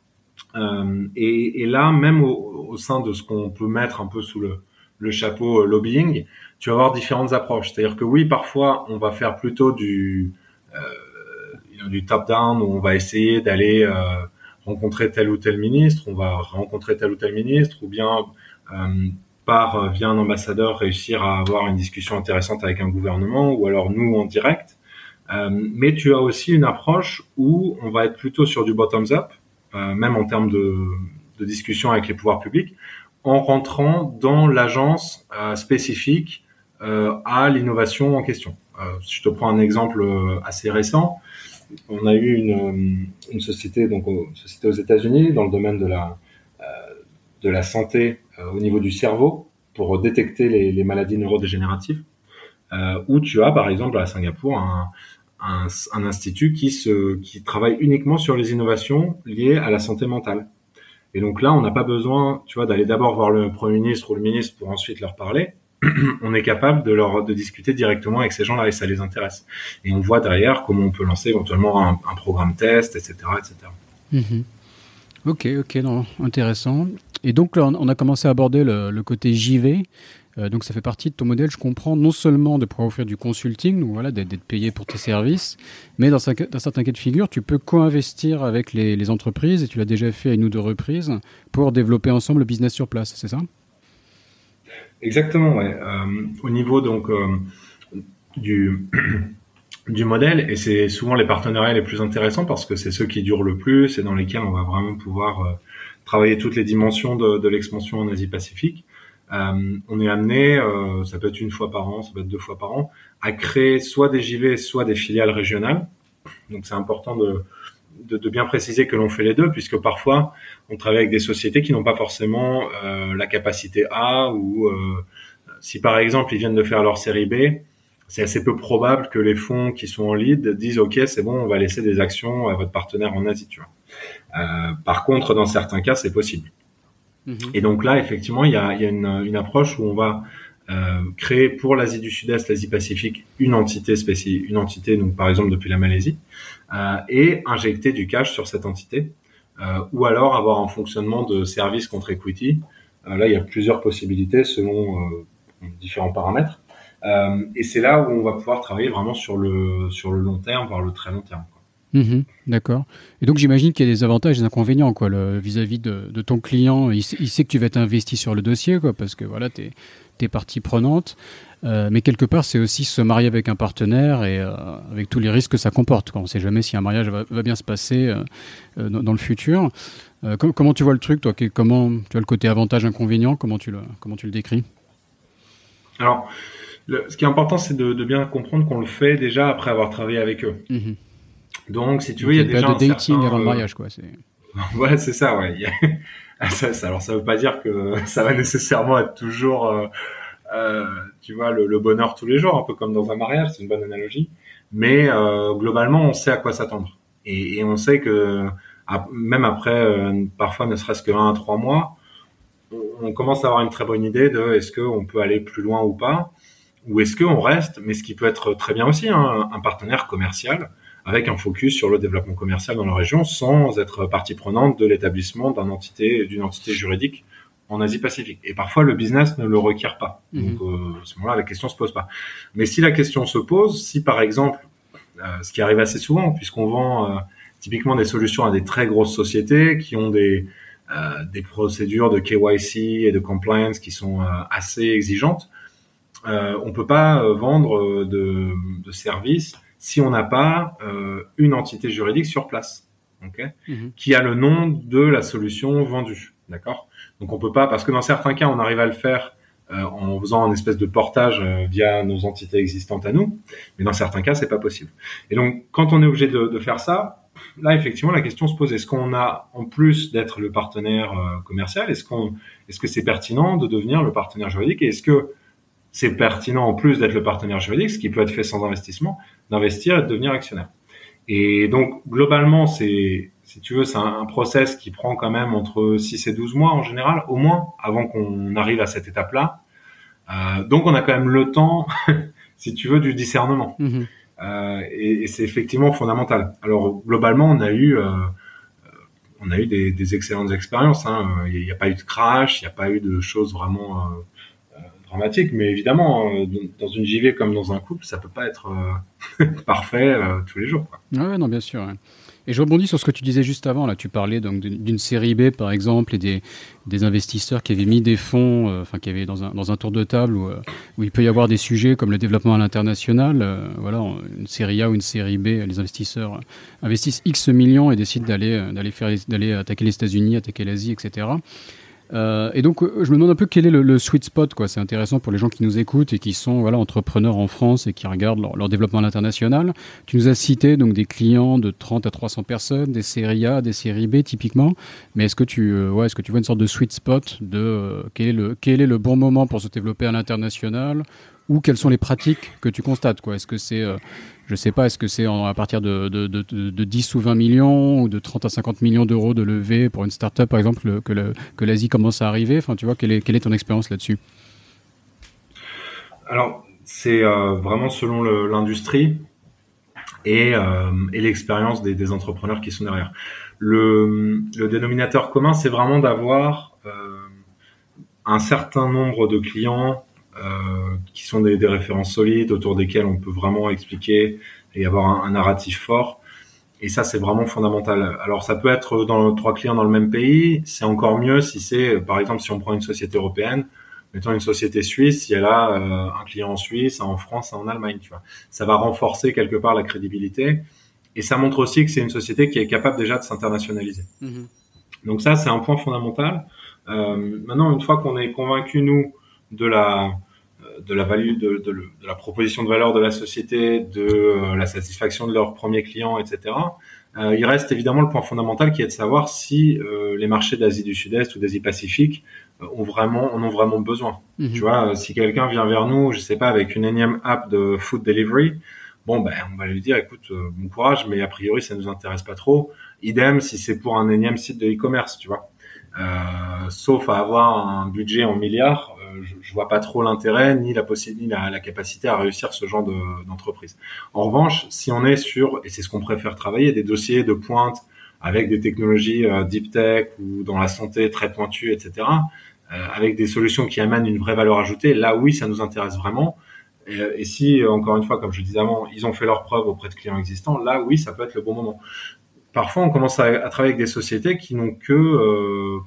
Et là, même au sein de ce qu'on peut mettre un peu sous le chapeau lobbying, tu vas avoir différentes approches. C'est-à-dire que oui, parfois, on va faire plutôt du top-down, où on va essayer d'aller rencontrer tel ou tel ministre, on va rencontrer tel ou tel ministre, ou bien via un ambassadeur réussir à avoir une discussion intéressante avec un gouvernement, ou alors nous en direct. Mais tu as aussi une approche où on va être plutôt sur du bottoms-up, même en termes de discussion avec les pouvoirs publics, en rentrant dans l'agence spécifique à l'innovation en question. Je te prends un exemple assez récent. On a eu une société, une société aux États-Unis dans le domaine de la santé au niveau du cerveau pour détecter les maladies neurodégénératives, où tu as par exemple à Singapour un institut qui travaille uniquement sur les innovations liées à la santé mentale. Et donc là, on n'a pas besoin, tu vois, d'aller d'abord voir le Premier ministre ou le ministre pour ensuite leur parler. On est capable de discuter directement avec ces gens-là et ça les intéresse. Et on voit derrière comment on peut lancer éventuellement un programme test, etc., etc. Mhm. Ok, non, intéressant. Et donc là, on a commencé à aborder le côté JV. Donc ça fait partie de ton modèle, je comprends, non seulement de pouvoir offrir du consulting, donc voilà, d'être payé pour tes services, mais dans certains cas de figure, tu peux co-investir avec les entreprises, et tu l'as déjà fait à 1 ou 2 reprises, pour développer ensemble le business sur place, c'est ça ? Exactement, ouais. Au niveau donc du du modèle, et c'est souvent les partenariats les plus intéressants parce que c'est ceux qui durent le plus et dans lesquels on va vraiment pouvoir travailler toutes les dimensions de l'expansion en Asie-Pacifique. On est amené, ça peut être 1 fois par an, ça peut être 2 fois par an, à créer soit des JV, soit des filiales régionales. Donc c'est important de bien préciser que l'on fait les deux, puisque parfois on travaille avec des sociétés qui n'ont pas forcément la capacité A, ou si par exemple ils viennent de faire leur série B, c'est assez peu probable que les fonds qui sont en lead disent OK, c'est bon, on va laisser des actions à votre partenaire en Asie, tu vois. Par contre, dans certains cas, c'est possible. Mm-hmm. Et donc là, effectivement, il y a une approche où on va créer pour l'Asie du Sud-Est, l'Asie-Pacifique, une entité, donc par exemple depuis la Malaisie, et injecter du cash sur cette entité, ou alors avoir un fonctionnement de service contre equity. Là, il y a plusieurs possibilités selon différents paramètres. Et c'est là où on va pouvoir travailler vraiment sur le long terme, voire le très long terme. Mmh, d'accord. Et donc j'imagine qu'il y a des avantages et des inconvénients, quoi, vis-à-vis de ton client. Il sait que tu vas être investi sur le dossier, quoi, parce que voilà, t'es partie prenante. Mais quelque part, c'est aussi se marier avec un partenaire et avec tous les risques que ça comporte, quoi. On ne sait jamais si un mariage va bien se passer dans le futur. Comment tu vois le truc, toi? Comment tu vois le côté avantage-inconvénient? Comment tu le décris? Alors, ce qui est important, c'est de bien comprendre qu'on le fait déjà après avoir travaillé avec eux. Mmh. Donc, si tu veux, il y a déjà de dating avant le mariage, quoi. Ouais, c'est ça, ouais. Alors, ça veut pas dire que ça va nécessairement être toujours, tu vois, le bonheur tous les jours, un peu comme dans un mariage, c'est une bonne analogie. Mais globalement, on sait à quoi s'attendre. Et on sait que même après, parfois, ne serait-ce que 1 à 3 mois, on commence à avoir une très bonne idée de est-ce qu'on peut aller plus loin ou pas, ou est-ce qu'on reste, mais ce qui peut être très bien aussi, hein, un partenaire commercial avec un focus sur le développement commercial dans la région sans être partie prenante de l'établissement d'une entité juridique en Asie-Pacifique. Et parfois, le business ne le requiert pas. Donc, à ce moment-là, la question se pose pas. Mais si la question se pose, si par exemple, ce qui arrive assez souvent, puisqu'on vend typiquement des solutions à des très grosses sociétés qui ont des procédures de KYC et de compliance qui sont assez exigeantes, on peut pas vendre de services si on n'a pas une entité juridique sur place, okay, qui a le nom de la solution vendue. d'accord? Donc on peut pas, parce que dans certains cas, on arrive à le faire en faisant un espèce de portage via nos entités existantes à nous, mais dans certains cas, c'est pas possible. Et donc, quand on est obligé de faire ça, là, effectivement, la question se pose, est-ce qu'on a, en plus d'être le partenaire commercial, est-ce que c'est pertinent de devenir le partenaire juridique, et est-ce que c'est pertinent, en plus d'être le partenaire juridique, ce qui peut être fait sans investissement, d'investir et de devenir actionnaire? Et donc, globalement, si tu veux, c'est un process qui prend quand même entre 6 et 12 mois en général, au moins, avant qu'on arrive à cette étape-là. Donc, on a quand même le temps, si tu veux, du discernement. Mmh. Et c'est effectivement fondamental. Alors, globalement, on a eu des excellentes expériences. Hein. Il n'y a pas eu de crash, il n'y a pas eu de choses vraiment dramatique, mais évidemment, dans une JV comme dans un couple, ça peut pas être parfait tous les jours, quoi. Ouais, non, bien sûr. Ouais. Et je rebondis sur ce que tu disais juste avant. Là, tu parlais donc d'une série B, par exemple, et des investisseurs qui avaient mis des fonds, qui avaient dans un tour de table où il peut y avoir des sujets comme le développement à l'international. Voilà, une série A ou une série B, les investisseurs investissent X millions et décident d'aller attaquer les États-Unis, attaquer l'Asie, etc. Et donc, je me demande un peu quel est le sweet spot, quoi. C'est intéressant pour les gens qui nous écoutent et qui sont entrepreneurs en France et qui regardent leur développement à l'international. Tu nous as cité donc des clients de 30 à 300 personnes, des séries A, des séries B typiquement. Mais est-ce que tu vois une sorte de sweet spot de quel est le bon moment pour se développer à l'international, ou quelles sont les pratiques que tu constates, quoi? Est-ce que c'est je sais pas, est-ce que c'est à partir de 10 ou 20 millions ou de 30 à 50 millions d'euros de levée pour une start-up, par exemple, que l'Asie commence à arriver? Enfin, tu vois, quelle est ton expérience là-dessus? Alors, c'est vraiment selon l'industrie et l'expérience des entrepreneurs qui sont derrière. Le dénominateur commun, c'est vraiment d'avoir un certain nombre de clients qui sont des références solides autour desquelles on peut vraiment expliquer et avoir un narratif fort. Et ça, c'est vraiment fondamental. Alors, ça peut être dans 3 clients dans le même pays. C'est encore mieux si c'est, par exemple, si on prend une société européenne, mettons une société suisse, si elle a un client en Suisse, un en France, un en Allemagne, tu vois. Ça va renforcer quelque part la crédibilité. Et ça montre aussi que c'est une société qui est capable déjà de s'internationaliser. Mmh. Donc ça, c'est un point fondamental. Maintenant, une fois qu'on est convaincu, nous, de la value, de la proposition de valeur de la société, de la satisfaction de leurs premiers clients, etc. Il reste évidemment le point fondamental qui est de savoir si les marchés d'Asie du Sud-Est ou d'Asie Pacifique en ont vraiment besoin. Mmh. Tu vois, si quelqu'un vient vers nous, je sais pas, avec une énième app de food delivery, bon, ben, on va lui dire, écoute, bon courage, mais a priori, ça nous intéresse pas trop. Idem si c'est pour un énième site de e-commerce, tu vois. Sauf à avoir un budget en milliards, je vois pas trop l'intérêt ni la capacité à réussir ce genre d'entreprise. En revanche, si on est sur, et c'est ce qu'on préfère travailler, des dossiers de pointe avec des technologies deep tech ou dans la santé très pointues, etc., avec des solutions qui amènent une vraie valeur ajoutée, là oui, ça nous intéresse vraiment. Et si, encore une fois, comme je le disais avant, ils ont fait leurs preuves auprès de clients existants, là oui, ça peut être le bon moment. Parfois, on commence à travailler avec des sociétés qui n'ont que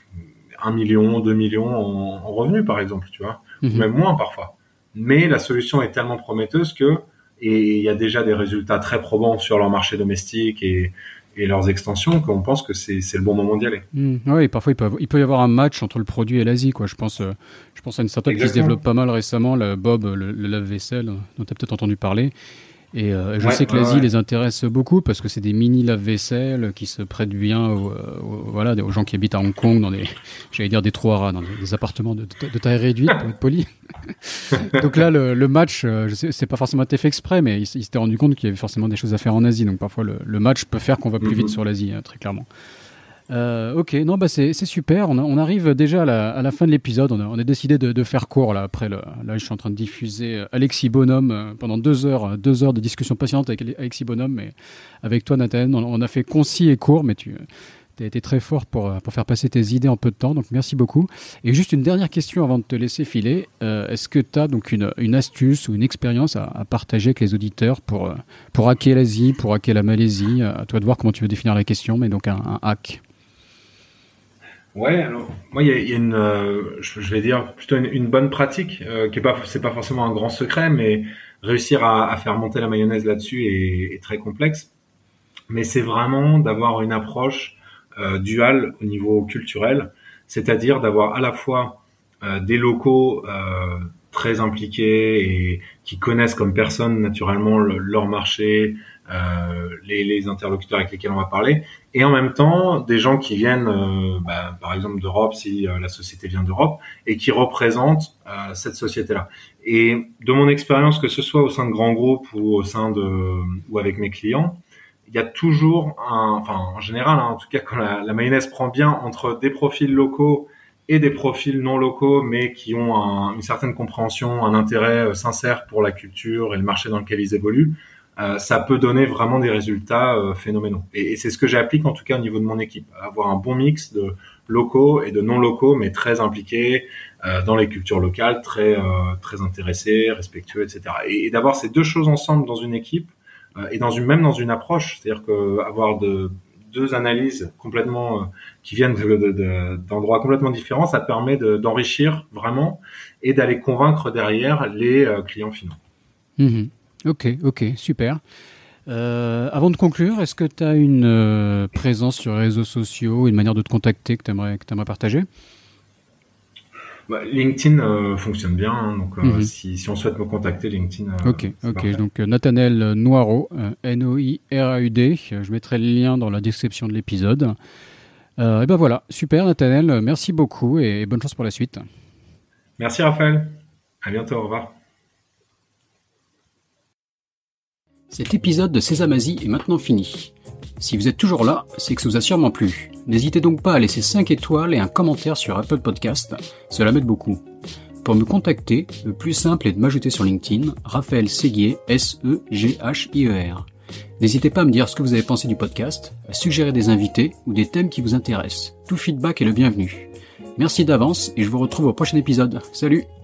1 million, 2 millions en revenus, par exemple, tu vois, ou même moins parfois. Mais la solution est tellement prometteuse et il y a déjà des résultats très probants sur leur marché domestique et leurs extensions qu'on pense que c'est le bon moment d'y aller. Oui, parfois il peut y avoir un match entre le produit et l'Asie, quoi. Je pense à une startup qui se développe pas mal récemment, Bob, le lave-vaisselle, dont tu as peut-être entendu parler. Et je sais que l'Asie les intéresse beaucoup parce que c'est des mini lave-vaisselle qui se prêtent bien aux gens qui habitent à Hong Kong dans des trous à rats, dans des appartements de taille réduite, pour être poli. Donc là, le match, c'est pas forcément été fait exprès, mais il s'était rendu compte qu'il y avait forcément des choses à faire en Asie. Donc parfois, le match peut faire qu'on va plus vite sur l'Asie, très clairement. Ok, non, c'est super. On arrive déjà à la fin de l'épisode. On a décidé de faire court là. Là, je suis en train de diffuser Alexis Bonhomme pendant 2 heures de discussion passionnante avec Alexis Bonhomme. Mais avec toi, Nathan, on a fait concis et court, mais tu as été très fort pour faire passer tes idées en peu de temps. Donc merci beaucoup. Et juste une dernière question avant de te laisser filer. Est-ce que tu as donc une astuce ou une expérience à partager avec les auditeurs pour hacker l'Asie, pour hacker la Malaisie? À toi de voir comment tu veux définir la question, mais donc un hack. Ouais, alors moi il y a une, je vais dire plutôt une bonne pratique c'est pas forcément un grand secret, mais réussir à faire monter la mayonnaise là-dessus est très complexe. Mais c'est vraiment d'avoir une approche duale au niveau culturel. c'est-à-dire d'avoir à la fois des locaux très impliqués et qui connaissent comme personne naturellement leur marché, les interlocuteurs avec lesquels on va parler, et en même temps des gens qui viennent, par exemple d'Europe si la société vient d'Europe et qui représentent cette société-là. Et de mon expérience, que ce soit au sein de grands groupes ou ou avec mes clients, il y a toujours en général, en tout cas quand la mayonnaise prend bien entre des profils locaux et des profils non locaux, mais qui ont une certaine compréhension, un intérêt sincère pour la culture et le marché dans lequel ils évoluent, ça peut donner vraiment des résultats phénoménaux. Et c'est ce que j'applique en tout cas au niveau de mon équipe, avoir un bon mix de locaux et de non locaux, mais très impliqués dans les cultures locales, très intéressés, respectueux, etc. Et d'avoir ces deux choses ensemble dans une équipe et même dans une approche, c'est-à-dire que avoir deux analyses complètement qui viennent d'endroits complètement différents, ça permet d'enrichir vraiment et d'aller convaincre derrière les clients finaux. Mmh. Ok, super. Avant de conclure, est-ce que tu as une présence sur les réseaux sociaux, une manière de te contacter que tu aimerais partager ? LinkedIn fonctionne bien, hein, donc si on souhaite me contacter, LinkedIn. Ok. Donc Nathanaël Noiraud, Noiraud. Je mettrai le lien dans la description de l'épisode. Et ben voilà, super Nathanaël, merci beaucoup et bonne chance pour la suite. Merci Raphaël, à bientôt, au revoir. Cet épisode de Sésame Asie est maintenant fini. Si vous êtes toujours là, c'est que ça vous a sûrement plu. N'hésitez donc pas à laisser 5 étoiles et un commentaire sur Apple Podcast, cela m'aide beaucoup. Pour me contacter, le plus simple est de m'ajouter sur LinkedIn, Raphaël Séguier, Seghier. N'hésitez pas à me dire ce que vous avez pensé du podcast, à suggérer des invités ou des thèmes qui vous intéressent. Tout feedback est le bienvenu. Merci d'avance et je vous retrouve au prochain épisode. Salut!